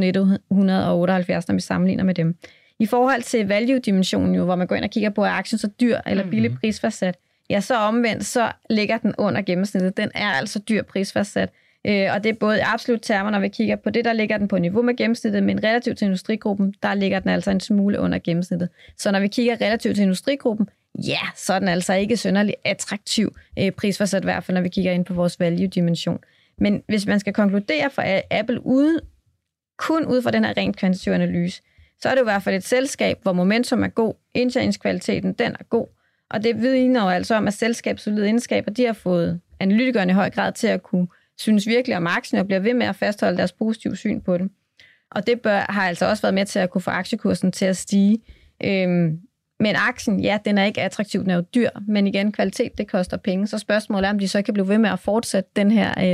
D: 3.178, når vi sammenligner med dem. I forhold til value-dimensionen, jo, hvor man går ind og kigger på, er aktien så dyr eller billig prisfastsat, ja, så omvendt, så ligger den under gennemsnittet. Den er altså dyr prisfastsat. Og det er både i absolut termer, når vi kigger på det, der ligger den på niveau med gennemsnittet, men relativt til industrigruppen, der ligger den altså en smule under gennemsnittet. Så når vi kigger relativt til industrigruppen, ja, så er den altså ikke synderligt attraktiv prisfastsat, i hvert fald når vi kigger ind på vores value-dimension. Men hvis man skal konkludere for Apple kun ud fra den her rent kvantitative analyse, så er det i hvert fald et selskab, hvor momentum er god, indtjeningskvaliteten, den er god, og det vidner jo altså om, at selskabssolide egenskaber, de har fået analytikerne i høj grad til at kunne synes virkelig om aktien og bliver ved med at fastholde deres positive syn på dem. Og det har altså også været med til at kunne få aktiekursen til at stige. Men aktien, ja, den er ikke attraktiv, den er jo dyr, men igen, kvalitet, det koster penge. Så spørgsmålet er, om de så kan blive ved med at fortsætte den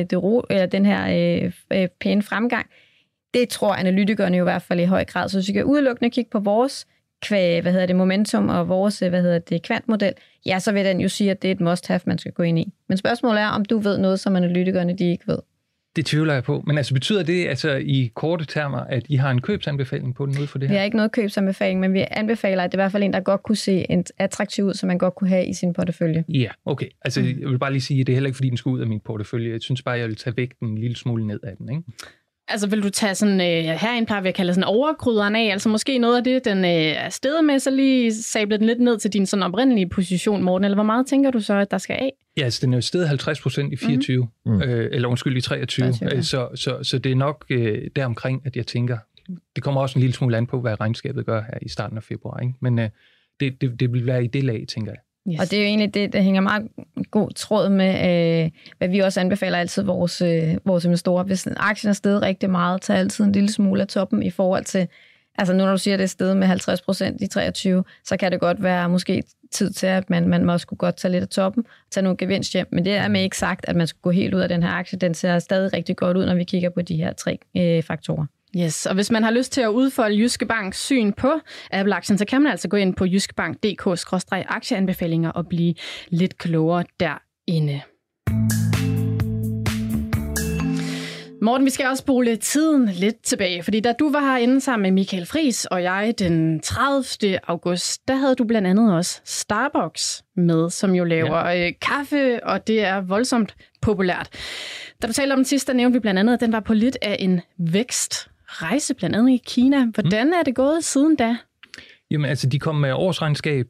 D: her, pæne fremgang. Det tror analytikerne jo i hvert fald i høj grad. Så hvis vi kan udelukkende kigge på vores momentum og vores kvantmodel, ja, så vil den jo sige, at det er et must-have, man skal gå ind i. Men spørgsmålet er, om du ved noget, som analytikerne de ikke ved.
B: Det tvivler jeg på. Men altså, betyder det altså i korte termer, at I har en købsanbefaling på den ud for det her?
D: Vi har ikke noget købsanbefaling, men vi anbefaler, at det er i hvert fald en, der godt kunne se attraktiv ud, som man godt kunne have i sin portefølje.
B: Ja, okay. Altså, jeg vil bare lige sige, at det er heller ikke, fordi den skal ud af min portefølje. Jeg synes bare, jeg vil tage vægten en lille smule ned af den, ikke?
C: Altså vil du tage sådan, herinde plejer vi at kalde sådan overkryderen af, altså måske noget af det, den er stedet med, så lige sable den lidt ned til din sådan oprindelige position, Morten, eller hvor meget tænker du så, at der skal af?
B: Ja, altså den er jo stedet 50% i 24, eller undskyld, i 23, ja. Så det er nok deromkring, at jeg tænker, det kommer også en lille smule an på, hvad regnskabet gør her i starten af februar, ikke? Men det vil være i det lag, tænker jeg.
D: Yes. Og det er jo egentlig det, der hænger meget god tråd med, hvad vi også anbefaler altid vores investorer. Hvis aktien er steget rigtig meget, tager altid en lille smule af toppen i forhold til Altså nu når du siger, at det er steget med 50% i 23, så kan det godt være måske tid til, at man må skulle godt tage lidt af toppen, tage nogle gevinst hjem. Men det er med ikke sagt, at man skulle gå helt ud af den her aktie. Den ser stadig rigtig godt ud, når vi kigger på de her 3 faktorer.
C: Yes, og hvis man har lyst til at udfolde Jyske Banks syn på Apple-aktien, så kan man altså gå ind på jyskebank.dk/aktieanbefalinger og blive lidt klogere derinde. Morten, vi skal også spole tiden lidt tilbage, fordi da du var herinde sammen med Michael Friis og jeg den 30. august, der havde du blandt andet også Starbucks med, som jo laver kaffe, og det er voldsomt populært. Da du talte om den sidste, der nævnte vi blandt andet, at den var på lidt af en vækstrejse, blandt andet i Kina. Hvordan er det gået siden da?
B: Jamen altså, de kom med årsregnskab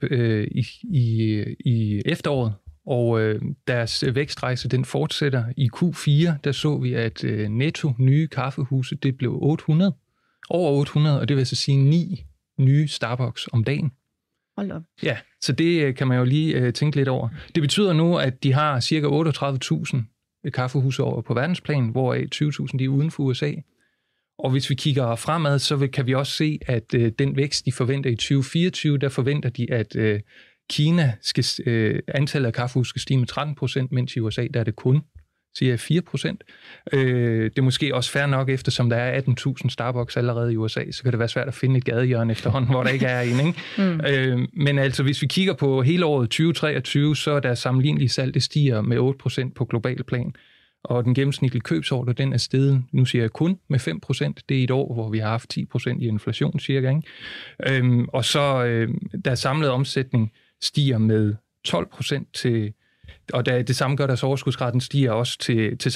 B: i efteråret, og deres vækstrejse, den fortsætter. I Q4, der så vi, at netto nye kaffehuse, det blev 800. Over 800, og det vil altså sige 9 nye Starbucks om dagen.
C: Hold op.
B: Ja, så det kan man jo lige tænke lidt over. Det betyder nu, at de har ca. 38.000 kaffehuse over på verdensplan, hvoraf 20.000 de er uden for USA. Og hvis vi kigger fremad, så kan vi også se, at den vækst, de forventer i 2024, der forventer de, at Kina antallet af kaffehuse skal stige med 13%, mens i USA der er det kun siger 4%. Det er måske også fair nok, eftersom der er 18.000 Starbucks allerede i USA, så kan det være svært at finde et gadehjørne efterhånden, hvor der ikke er en. Ikke? Men altså, hvis vi kigger på hele året 2023, så er der sammenlignelige salg, det stiger med 8% på global plan. Og den gennemsnitlige købsordre, den er steget, nu siger jeg kun med 5%. Det er et år, hvor vi har haft 10% i inflation cirka. Ikke? Og så der samlede omsætning stiger med 12% til, og det samme gør deres overskudsgrad, den stiger også til 16%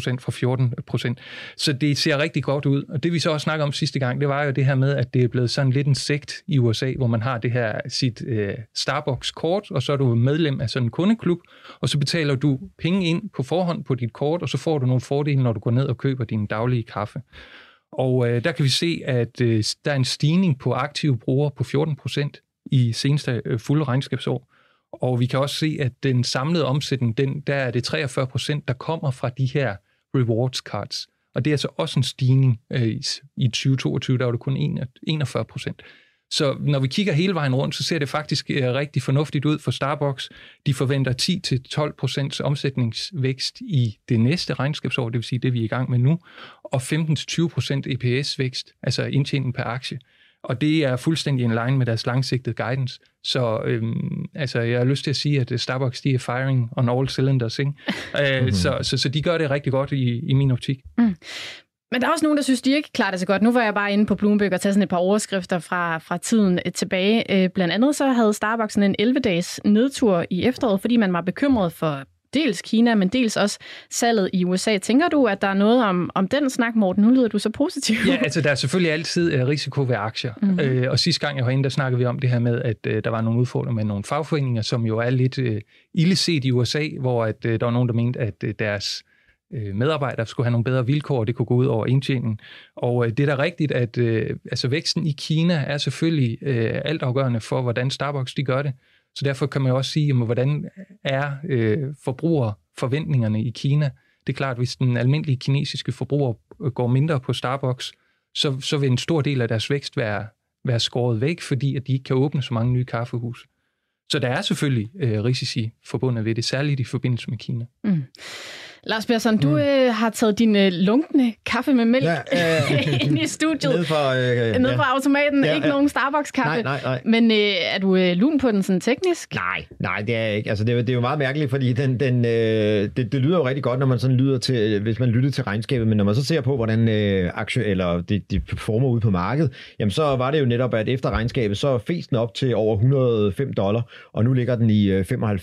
B: fra 14%. Så det ser rigtig godt ud. Og det vi så også snakkede om sidste gang, det var jo det her med, at det er blevet sådan lidt en sekt i USA, hvor man har det her sit Starbucks-kort, og så er du medlem af sådan en kundeklub, og så betaler du penge ind på forhånd på dit kort, og så får du nogle fordele, når du går ned og køber din daglige kaffe. Og der kan vi se, at der er en stigning på aktive brugere på 14% i seneste fulde regnskabsår. Og vi kan også se, at den samlede omsætning, der er det 43%, der kommer fra de her rewards cards. Og det er altså også en stigning i 2022, der var det kun 41%. Så når vi kigger hele vejen rundt, så ser det faktisk rigtig fornuftigt ud for Starbucks. De forventer 10-12% omsætningsvækst i det næste regnskabsår, det vil sige det, vi er i gang med nu, og 15-20% EPS-vækst, altså indtjening per aktie. Og det er fuldstændig in line med deres langsigtede guidance. Så altså, jeg har lyst til at sige, at Starbucks, de er firing on all cylinders. Ikke? Så de gør det rigtig godt i min optik.
C: Men der er også nogen, der synes, de ikke klarer det så godt. Nu var jeg bare inde på Bloomberg og tage sådan et par overskrifter fra tiden tilbage. Blandt andet så havde Starbucks en 11-dages nedtur i efteråret, fordi man var bekymret for dels Kina, men dels også salget i USA. Tænker du, at der er noget om den snak, Morten? Nu lyder du så positiv.
B: Ja, altså der er selvfølgelig altid risiko ved aktier. Og sidste gang jeg var inde, der snakkede vi om det her med, at der var nogle udfordringer med nogle fagforeninger, som jo er lidt illeset i USA, hvor at, der var nogen, der mente, at deres medarbejdere skulle have nogle bedre vilkår, og det kunne gå ud over indtjeningen. Og det er da rigtigt, at altså væksten i Kina er selvfølgelig altafgørende for, hvordan Starbucks de gør det. Så derfor kan man jo også sige, hvordan er forbrugerforventningerne i Kina? Det er klart, at hvis den almindelige kinesiske forbruger går mindre på Starbucks, så vil en stor del af deres vækst være skåret væk, fordi at de ikke kan åbne så mange nye kaffehuse. Så der er selvfølgelig risici forbundet ved det, særligt i forbindelse med Kina.
C: Lars Persson, du har taget din lunkne kaffe med mælk ind i studiet. Nede fra automaten. Ikke nogen Starbucks-kaffe.
E: Nej.
C: Men er du lun på den sådan teknisk?
E: Nej, det er jeg ikke. Altså, det er jo meget mærkeligt, fordi det lyder jo rigtig godt, når man sådan lyder til, hvis man lytter til regnskabet, men når man så ser på, hvordan aktie eller det performer ud på markedet, jamen så var det jo netop, at efter regnskabet, så fes den op til over $105, og nu ligger den i $95.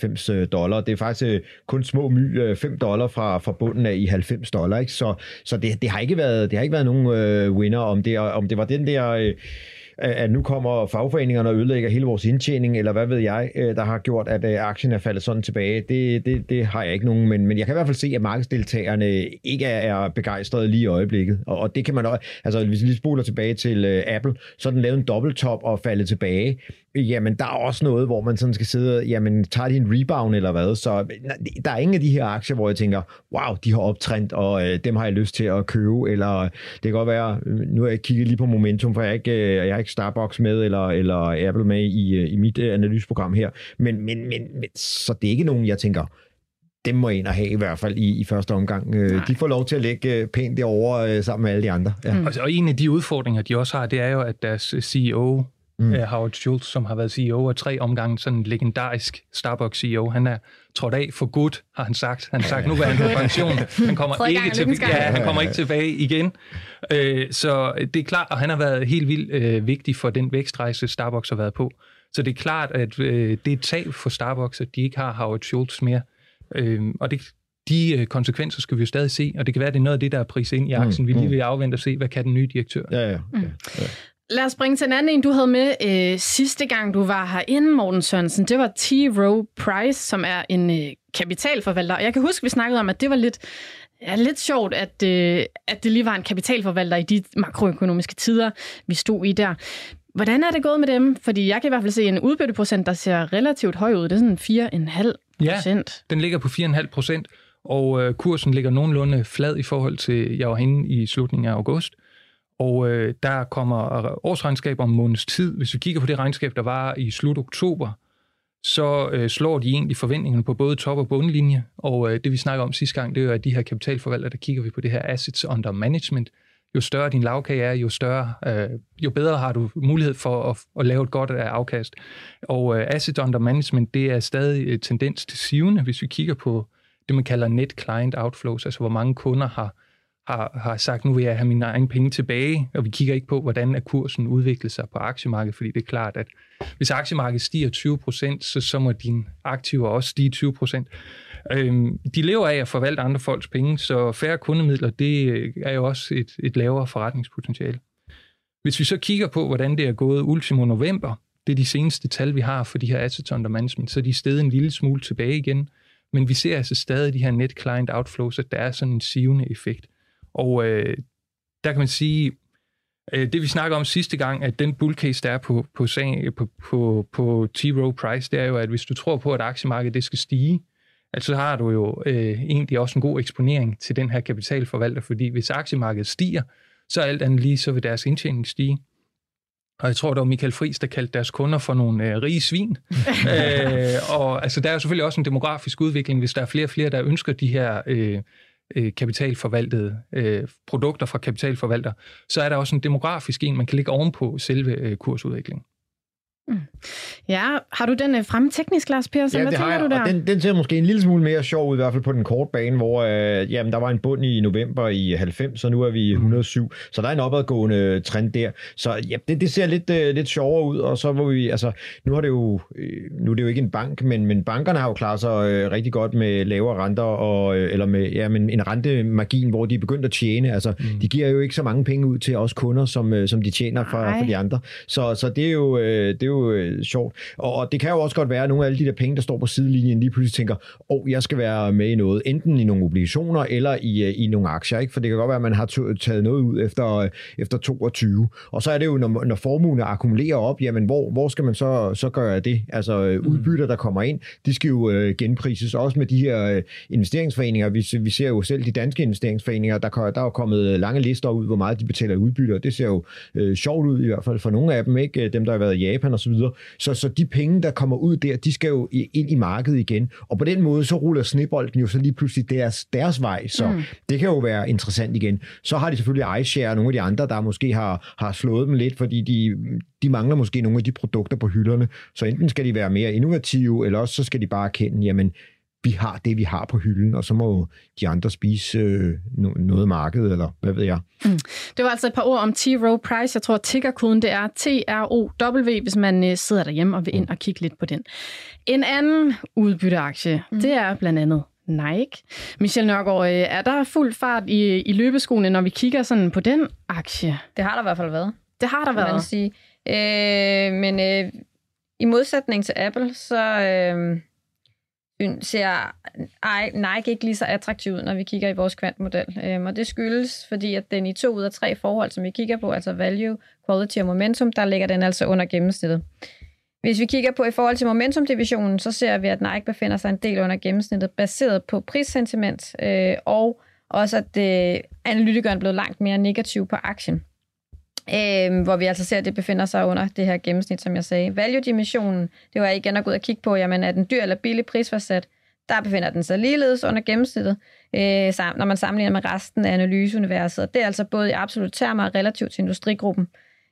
E: Det er faktisk kun små $5 fra bunden af i $90, ikke? Så det har ikke været nogen winner, om det var den der at nu kommer fagforeningerne og ødelægger hele vores indtjening, eller hvad ved jeg, der har gjort, at aktien er faldet sådan tilbage. Det har jeg ikke nogen, men jeg kan i hvert fald se, at markedsdeltagerne ikke er begejstrede lige i øjeblikket. Og det kan man også, altså hvis vi lige spoler tilbage til Apple, så den lavet en dobbelttop og faldet tilbage. Jamen, der er også noget, hvor man sådan skal sidde, jamen, tager de en rebound eller hvad? Så der er ingen af de her aktier, hvor jeg tænker, wow, de har optrændt, og dem har jeg lyst til at købe, eller det kan godt være, nu har jeg kigget lige på Momentum, for jeg har ikke Starbucks med, eller Apple med i mit analyseprogram her, men så det er ikke nogen, jeg tænker, dem må ind og have i hvert fald i første omgang. De får lov til at lægge pænt derovre sammen med alle de andre. Ja.
B: Og en af de udfordringer, de også har, det er jo, at deres CEO, Howard Schultz, som har været CEO af 3 omgange, sådan en legendarisk Starbucks CEO, han er trådt af for godt, har han sagt. Han har sagt, nu vil han på pension. Han kommer ikke tilbage igen. Så det er klart, og han har været helt vildt vigtig for den vækstrejse, Starbucks har været på. Så det er klart, at det er et tab for Starbucks, at de ikke har Howard Schultz mere. Og de konsekvenser skal vi jo stadig se, og det kan være, at det er noget af det, der er priset ind i aktien. Vi lige vil afvente og se, hvad kan den nye direktør.
E: Ja.
C: Lad os bringe til en anden en, du havde med sidste gang, du var herinde, Morten Sørensen. Det var T. Rowe Price, som er en kapitalforvalter. Og jeg kan huske, vi snakkede om, at det var lidt sjovt, at det lige var en kapitalforvalter i de makroøkonomiske tider, vi stod i der. Hvordan er det gået med dem? Fordi jeg kan i hvert fald se en udbytteprocent, der ser relativt høj ud. Det er sådan 4,5%.
B: Ja, den ligger på 4,5%, og kursen ligger nogenlunde flad i forhold til, jeg var henne i slutningen af august. Og der kommer årsregnskab om en måneds tid. Hvis vi kigger på det regnskab, der var i slut oktober, så slår de egentlig forventningerne på både top- og bundlinje. Og det vi snakker om sidste gang, det er jo, at de her kapitalforvaltere, der kigger vi på det her assets under management. Jo større din lavkage er, jo bedre har du mulighed for at lave et godt afkast. Og assets under management, det er stadig tendens til sivende, hvis vi kigger på det, man kalder net client outflows, altså hvor mange kunder har sagt, nu vil jeg have mine egne penge tilbage, og vi kigger ikke på, hvordan er kursen udvikler sig på aktiemarkedet, fordi det er klart, at hvis aktiemarkedet stiger 20%, så må dine aktiver også stige 20%. De lever af at forvalte andre folks penge, så færre kundemidler, det er jo også et lavere forretningspotentiale. Hvis vi så kigger på, hvordan det er gået ultimo november, det er de seneste tal, vi har for de her assets under management, så er de steget en lille smule tilbage igen, men vi ser altså stadig de her net client outflows, at der er sådan en sivende effekt. Og der kan man sige, det vi snakker om sidste gang, at den bull case, der er på T. Rowe Price, det er jo, at hvis du tror på, at aktiemarkedet det skal stige, altså så har du jo egentlig også en god eksponering til den her kapitalforvalter, fordi hvis aktiemarkedet stiger, så alt andet lige, så vil deres indtjening stige. Og jeg tror, det var Michael Friis, der kaldte deres kunder for nogle rige svin. Og altså, der er jo selvfølgelig også en demografisk udvikling, hvis der er flere og flere, der ønsker de her kapitalforvaltede produkter fra kapitalforvalter, så er der også en demografisk en, man kan lægge ovenpå selve kursudviklingen.
C: Ja, har du den fremme teknisk, Lars Persson?
E: Ja,
C: hvad
E: det har jeg,
C: du der?
E: og den ser måske en lille smule mere sjov ud, i hvert fald på den korte bane, hvor der var en bund i november i 90, så nu er vi i 107, så der er en opadgående trend der. Så ja, det ser lidt sjovere ud, og så hvor vi, altså, nu er det jo ikke en bank, men bankerne har jo klaret sig rigtig godt med lavere renter, eller med en rentemargin, hvor de er begyndt at tjene. Altså, de giver jo ikke så mange penge ud til os kunder, som de tjener for de andre. Så det er jo sjovt. Og det kan jo også godt være, at nogle af alle de der penge, der står på sidelinjen, lige pludselig tænker, jeg skal være med i noget, enten i nogle obligationer eller i nogle aktier, ikke? For det kan godt være, at man har taget noget ud efter 22. Og så er det jo, når formuen akkumulerer op, jamen hvor skal man så gøre det? Altså udbytter, der kommer ind, de skal jo genprises også med de her investeringsforeninger. Vi ser jo selv de danske investeringsforeninger, der er jo kommet lange lister ud, hvor meget de betaler udbytter. Det ser jo sjovt ud i hvert fald for nogle af dem, ikke? Dem, der har været i Japan og så videre. Så de penge, der kommer ud der, de skal jo ind i markedet igen. Og på den måde, så ruller snebolden jo så lige pludselig deres vej. Så det kan jo være interessant igen. Så har de selvfølgelig iShare og nogle af de andre, der måske har slået dem lidt, fordi de mangler måske nogle af de produkter på hylderne. Så enten skal de være mere innovative, eller også så skal de bare erkende, jamen, vi har det, vi har på hylden, og så må de andre spise noget marked, eller hvad ved jeg.
C: Det var altså et par ord om T. Rowe Price. Jeg tror, at tickerkoden det er TROW, hvis man sidder derhjemme og vil ind og kigge lidt på den. En anden udbytteaktie, det er blandt andet Nike. Michelle Nørgaard, er der fuld fart i løbeskoene, når vi kigger sådan på den aktie?
D: Det har der i hvert fald været.
C: Det har der været.
D: Man sige, Men i modsætning til Apple, så ser Nike ikke lige så attraktiv ud, når vi kigger i vores kvantmodel. Og det skyldes, fordi at den i 2 ud af 3 forhold, som vi kigger på, altså value, quality og momentum, der ligger den altså under gennemsnittet. Hvis vi kigger på i forhold til momentum-divisionen, så ser vi, at Nike befinder sig en del under gennemsnittet, baseret på prissentiment, og også at analytikeren er blevet langt mere negativ på aktien. Hvor vi altså ser, at det befinder sig under det her gennemsnit, som jeg sagde. Value-dimensionen, det var igen at gå ud og kigge på, jamen er den dyr eller billig prisfastsat? Der befinder den sig ligeledes under gennemsnittet, når man sammenligner med resten af analyseuniverset. Og det er altså både i absolut termer og relativt til industrigruppen.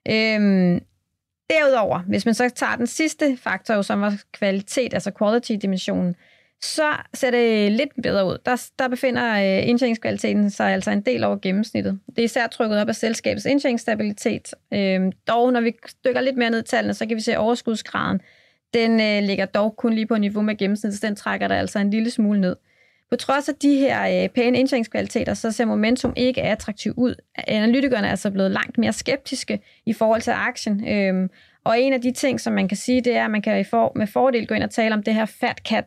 D: Derudover, hvis man så tager den sidste faktor, som var kvalitet, altså quality-dimensionen, så ser det lidt bedre ud. Der befinder indtjeningskvaliteten sig altså en del over gennemsnittet. Det er især trykket op af selskabets indtjeningsstabilitet. Dog, når vi dykker lidt mere ned i tallene, så kan vi se, at overskudsgraden, den ligger dog kun lige på niveau med gennemsnittet, så den trækker der altså en lille smule ned. På trods af de her pæne indtjeningskvaliteter, så ser momentum ikke attraktiv ud. Analytikerne er altså blevet langt mere skeptiske i forhold til aktien. Og en af de ting, som man kan sige, det er, at man kan med fordel gå ind og tale om det her fat cat,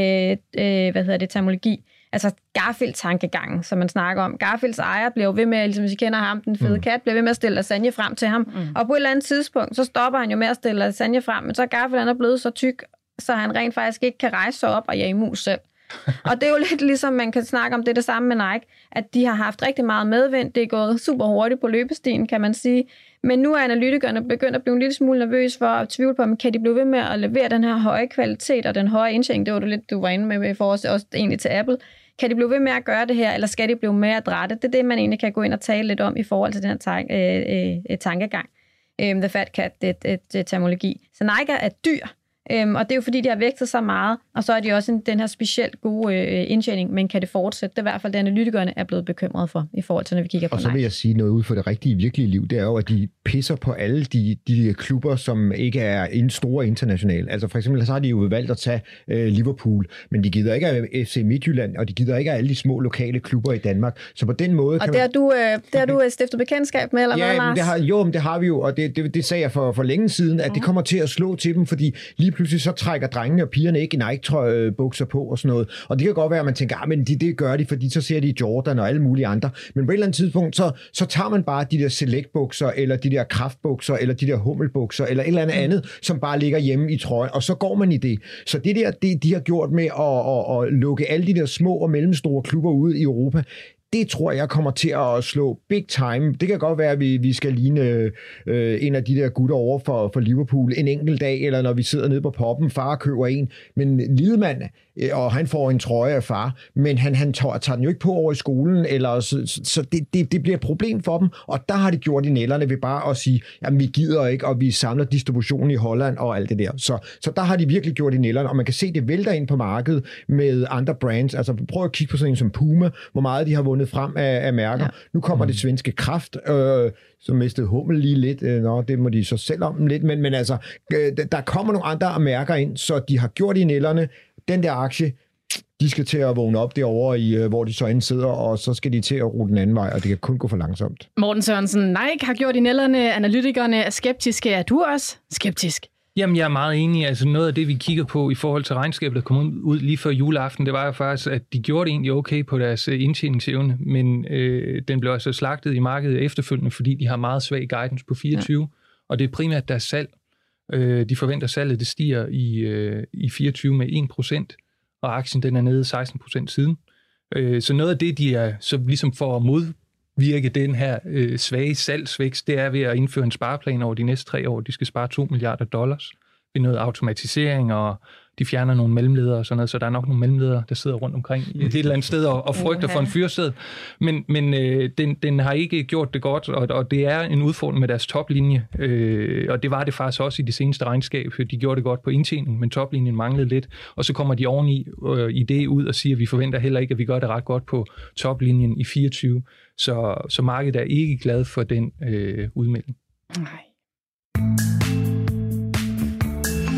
D: terminologi. Altså Garfield-tankegangen, som man snakker om. Garfields ejer bliver jo ved med, ligesom hvis I kender ham, den fede kat, bliver ved med at stille lasagne frem til ham. Og på et eller andet tidspunkt, så stopper han jo med at stille lasagne frem, men så er Garfield han er blevet så tyk, så han rent faktisk ikke kan rejse sig op og jage mus selv. Og det er jo lidt ligesom, man kan snakke om det samme med Nike, at de har haft rigtig meget medvind. Det er gået super hurtigt på løbestien, kan man sige. Men nu er analytikerne begyndt at blive en lille smule nervøs for at tvivle på, om kan de blive ved med at levere den her høje kvalitet og den høje indtjening. Det var det lidt, du var inde med i forhold til også egentlig til Apple. Kan de blive ved med at gøre det her, eller skal de blive mere adrette? Det er det, man egentlig kan gå ind og tale lidt om i forhold til den her tankegang. The Fat Cat, det terminologi. Så Nike er dyr. Og det er jo fordi, de har vægtet så meget, og så er de også den her specielt gode indtjening, men kan det fortsætte? Det er i hvert fald det, analytikerne er blevet bekymret for, i forhold til, når vi kigger på
E: Og så vil jeg sige noget ud for det rigtige virkelige liv, det er jo, at de pisser på alle de klubber, som ikke er store internationale. Altså for eksempel, så har de jo valgt at tage Liverpool, men de gider ikke af FC Midtjylland, og de gider ikke af alle de små lokale klubber i Danmark. Så på den måde
D: kan det har du stiftet bekendtskab med, eller hvad, Lars?
E: Det har vi jo, og det sagde jeg for længe siden, at det kommer til at slå til dem, fordi lige pludselig så trækker drengene og pigerne ikke Nike-bukser på og sådan noget. Og det kan godt være, at man tænker, men det gør de, fordi så ser de Jordan og alle mulige andre. Men på et eller andet tidspunkt, så tager man bare de der Select-bukser, eller de der Kraftbukser, eller de der Hummelbukser, eller et eller andet, som bare ligger hjemme i trøjen, og så går man i det. Så det der, de har gjort med at lukke alle de der små og mellemstore klubber ud i Europa, det tror jeg kommer til at slå big time. Det kan godt være, at vi skal ligne en af de der gutter over for Liverpool en enkelt dag, eller når vi sidder nede på poppen, far køber en. Men lille mand, og han får en trøje af far, men han tager den jo ikke på over i skolen, eller så det bliver et problem for dem, og der har de gjort i nælderne ved bare at sige, jamen vi gider ikke, og vi samler distributionen i Holland og alt det der. Så der har de virkelig gjort i nælderne, og man kan se, det vælter ind på markedet med andre brands. Altså prøv at kigge på sådan en som Puma, hvor meget de har vundet frem af mærker. Ja. Nu kommer det svenske Kraft, som mistede Hummel lige lidt. Det må de så selv om lidt, men altså, der kommer nogle andre mærker ind, så de har gjort i nælderne. Den der aktie, de skal til at vågne op derovre, hvor de så indsidder, og så skal de til at rulle den anden vej, og det kan kun gå for langsomt.
C: Morten Sørensen, Nike har gjort i nælderne, analytikerne er skeptiske. Er du også skeptisk?
B: Jamen, jeg er meget enig. Altså noget af det, vi kigger på i forhold til regnskabet, der kom ud lige før juleaften, det var jo faktisk, at de gjorde det egentlig okay på deres indtjeningsevne, men den blev altså slagtet i markedet efterfølgende, fordi de har meget svag guidance på 24, ja. Og det er primært deres salg. De forventer salget, det stiger i 24 med 1%, og aktien den er nede 16% siden. Så noget af det, de er så ligesom for at modvirke den her svage salgsvækst, det er ved at indføre en spareplan over de næste 3 år. De skal spare $2 milliarder ved noget automatisering, og de fjerner nogle mellemledere og sådan noget, så der er nok nogle mellemledere, der sidder rundt omkring et eller andet sted og frygter for en fyrsted. Men den har ikke gjort det godt, og det er en udfordring med deres toplinje, og det var det faktisk også i det seneste regnskab. De gjorde det godt på indtjening, men toplinjen manglede lidt, og så kommer de oveni i det ud og siger, at vi forventer heller ikke, at vi gør det ret godt på toplinjen i 24. Så markedet er ikke glad for den udmelding.
C: Nej.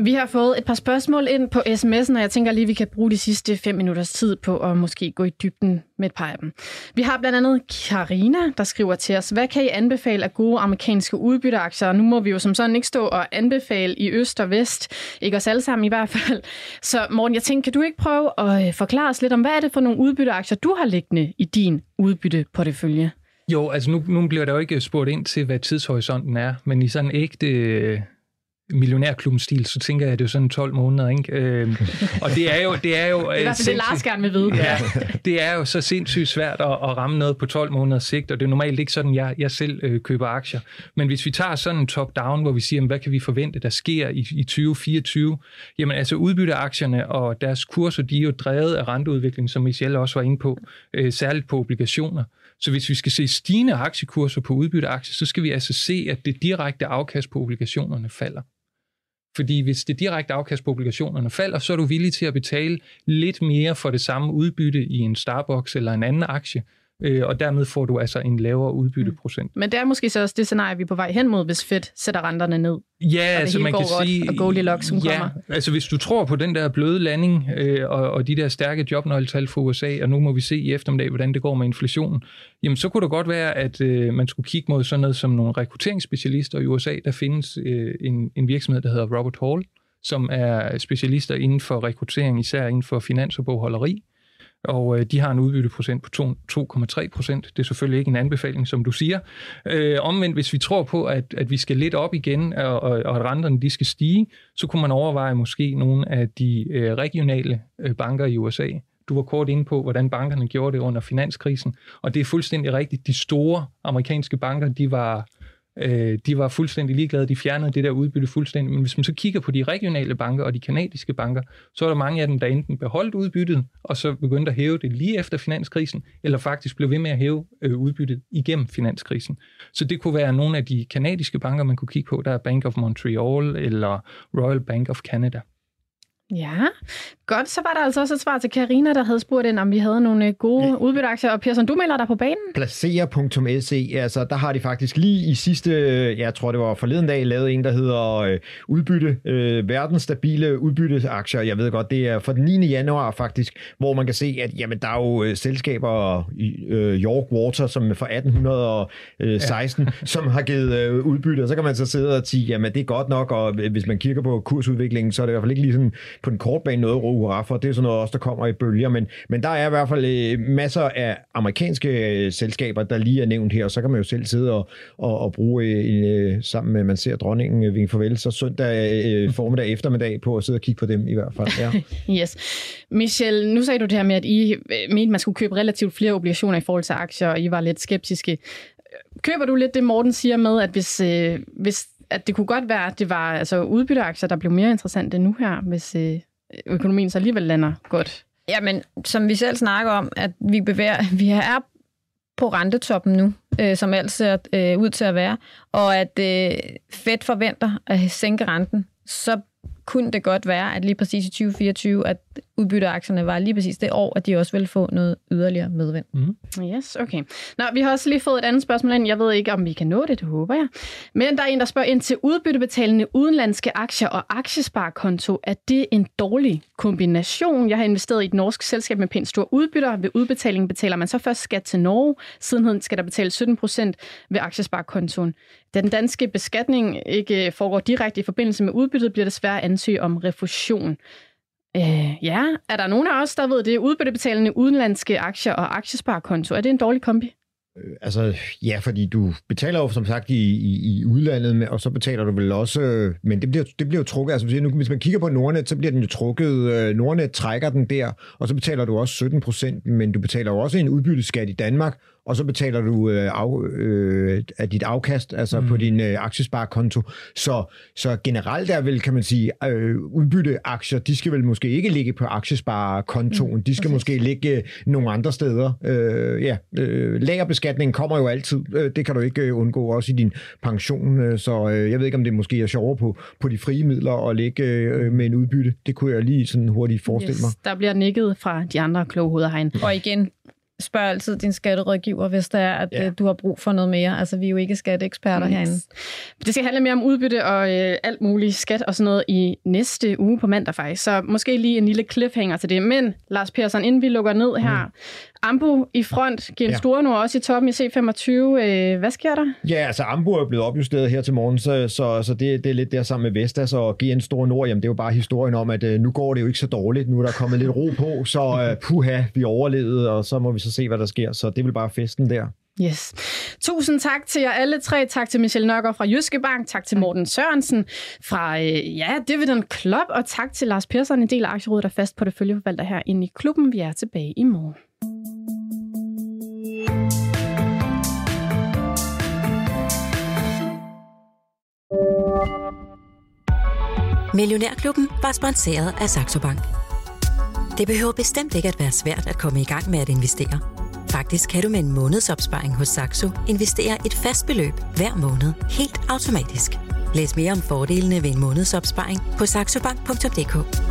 C: Vi har fået et par spørgsmål ind på sms'en, og jeg tænker lige, at vi kan bruge de sidste 5 minutters tid på at måske gå i dybden med et par af dem. Vi har blandt andet Karina, der skriver til os, hvad kan I anbefale af gode amerikanske udbytteaktier? Nu må vi jo som sådan ikke stå og anbefale i øst og vest, ikke os alle sammen i hvert fald. Så Morten, jeg tænker, kan du ikke prøve at forklare os lidt om, hvad er det for nogle udbytteaktier, du har liggende i din udbytteportefølje?
B: Jo, altså nu bliver der jo ikke spurgt ind til, hvad tidshorisonten er, men i sådan ægte millionærklubben-stil, så tænker jeg, at det er sådan 12 måneder, ikke? Og det er jo det er i hvert fald det, Lars gerne vil vide. Ja, det er jo så sindssygt svært at ramme noget på 12 måneders sigt, og det er normalt ikke sådan, jeg selv køber aktier. Men hvis vi tager sådan en top-down, hvor vi siger, hvad kan vi forvente, der sker i 2024, jamen altså udbytteaktierne og deres kurser, de er jo drevet af renteudvikling, som Michelle også var inde på, særligt på obligationer. Så hvis vi skal se stigende aktiekurser på udbytteaktier, så skal vi altså se, at det direkte afkast på obligationerne falder. Fordi hvis det direkte afkast på obligationerne falder, så er du villig til at betale lidt mere for det samme udbytte i en Starbucks eller en anden aktie, og dermed får du altså en lavere udbytteprocent. Men det er måske så også det scenarie, vi er på vej hen mod, hvis Fed sætter renterne ned. Ja, altså man kan sige, og Goldilocks, som kommer. Altså hvis du tror på den der bløde landing og de der stærke jobnøgletal for USA, og nu må vi se i eftermiddag, hvordan det går med inflationen, jamen så kunne det godt være, at man skulle kigge mod sådan noget som nogle rekrutteringsspecialister i USA. Der findes en virksomhed, der hedder Robert Hall, som er specialister inden for rekruttering, især inden for finans og bogholderi. Og de har en udbytteprocent på 2,3%. Det er selvfølgelig ikke en anbefaling, som du siger. Omvendt, hvis vi tror på, at vi skal lidt op igen, og at renterne de skal stige, så kunne man overveje måske nogle af de regionale banker i USA. Du var kort inde på, hvordan bankerne gjorde det under finanskrisen, og det er fuldstændig rigtigt. De store amerikanske banker, de var fuldstændig ligeglade, de fjernede det der udbytte fuldstændig, men hvis man så kigger på de regionale banker og de kanadiske banker, så er der mange af dem, der enten beholdt udbyttet, og så begyndte at hæve det lige efter finanskrisen, eller faktisk blev ved med at hæve udbyttet igennem finanskrisen. Så det kunne være nogle af de kanadiske banker, man kunne kigge på, der er Bank of Montreal eller Royal Bank of Canada.
C: Ja, godt. Så var der altså også et svar til Karina, der havde spurgt ind, om vi havde nogle gode udbytteaktier. Og Persson, du melder dig på banen?
E: Placer.se, altså der har de faktisk lige i sidste, jeg tror det var forleden dag, lavet en, der hedder udbytte, verdens stabile udbytteaktier. Jeg ved godt, det er for den 9. januar faktisk, hvor man kan se, at jamen, der er jo selskaber i York Water, som fra 1816, som har givet udbytte, og så kan man så sidde og sige, jamen det er godt nok, og hvis man kigger på kursudviklingen, så er det i hvert fald ikke lige sådan på den korte bane noget hurra for. Det er sådan noget også, der kommer i bølger, men der er i hvert fald masser af amerikanske selskaber, der lige er nævnt her, og så kan man jo selv sidde og bruge sammen med, man ser dronningen vinke farvel, så søndag formiddag eftermiddag på at sidde og kigge på dem i hvert fald. Ja.
C: Yes. Michelle, nu sagde du det her med, at I mente, man skulle købe relativt flere obligationer i forhold til aktier, og I var lidt skeptiske. Køber du lidt det, Morten siger med, at hvis at det kunne godt være, at det var altså udbytteaktier, der blev mere interessante nu her, hvis økonomien så alligevel lander godt?
D: Jamen, som vi selv snakker om, at vi er på rentetoppen nu, som alt ser ud til at være, og at Fed forventer at sænke renten, så kunne det godt være, at lige præcis i 2024, at udbytteaktierne var lige præcis det år, at de også ville få noget yderligere medvind.
C: Yes, okay. Nå, vi har også lige fået et andet spørgsmål ind. Jeg ved ikke, om vi kan nå det håber jeg. Men der er en, der spørger ind til udbyttebetalende udenlandske aktier og aktiesparekonto. Er det en dårlig kombination? Jeg har investeret i et norsk selskab med pænt store udbytter. Ved udbetalingen betaler man så først skat til Norge. Sidenhen skal der betale 17% ved aktiesparekontoen. Da den danske beskatning ikke foregår direkte i forbindelse med udbyttet, bliver det svært at ansøge om refusion. Ja, er der nogen af os, der ved det? Udbyttebetalende udenlandske aktier og aktiesparekonto, er det en dårlig kombi?
E: Altså, ja, fordi du betaler jo som sagt i udlandet, og så betaler du vel også, men det bliver jo trukket, altså nu, hvis man kigger på Nordnet, så bliver den jo trukket, Nordnet trækker den der, og så betaler du også 17%, men du betaler jo også en udbytteskat i Danmark, og så betaler du af dit afkast, altså på din aktiesparekonto. Så generelt er vel, kan man sige, udbytteaktier, de skal vel måske ikke ligge på aktiesparekontoen, de skal måske ligge nogle andre steder. Lagerbeskatningen kommer jo altid, det kan du ikke undgå, også i din pension, så jeg ved ikke, om det måske er sjovere på de frie midler at ligge med en udbytte. Det kunne jeg lige sådan hurtigt forestille mig.
C: Der bliver nikket fra de andre kloge hoveder herinde.
D: Og igen, spørg altid din skatterådgiver, hvis der er, at du har brug for noget mere. Altså, vi er jo ikke skatteeksperter herinde.
C: Det skal handle mere om udbytte og alt muligt skat og sådan noget i næste uge på mandag faktisk. Så måske lige en lille cliffhanger til det. Men Lars Persson, inden vi lukker ned her, Ambu i front, GN Store nu også i toppen i C25. Hvad sker der?
E: Ja, altså Ambu er blevet opjusteret her til morgen, så det er lidt der sammen med Vestas og GN Store Nord. Jamen, det er jo bare historien om, at nu går det jo ikke så dårligt. Nu er der kommet lidt ro på, så vi overlevede, og så må vi så se, hvad der sker. Så det er vel bare festen der.
C: Yes. Tusind tak til jer alle tre. Tak til Michelle Nørgaard fra Jyske Bank. Tak til Morten Sørensen fra Dividend Club. Og tak til Lars Persson, en del af Aktierådet, der fast porteføljeforvalter herinde i klubben. Vi er tilbage i morgen.
A: Millionærklubben var sponsoreret af Saxo Bank. Det behøver bestemt ikke at være svært at komme i gang med at investere. Faktisk kan du med en månedsopsparing hos Saxo investere et fast beløb hver måned, helt automatisk. Læs mere om fordelene ved en månedsopsparing på saxobank.dk.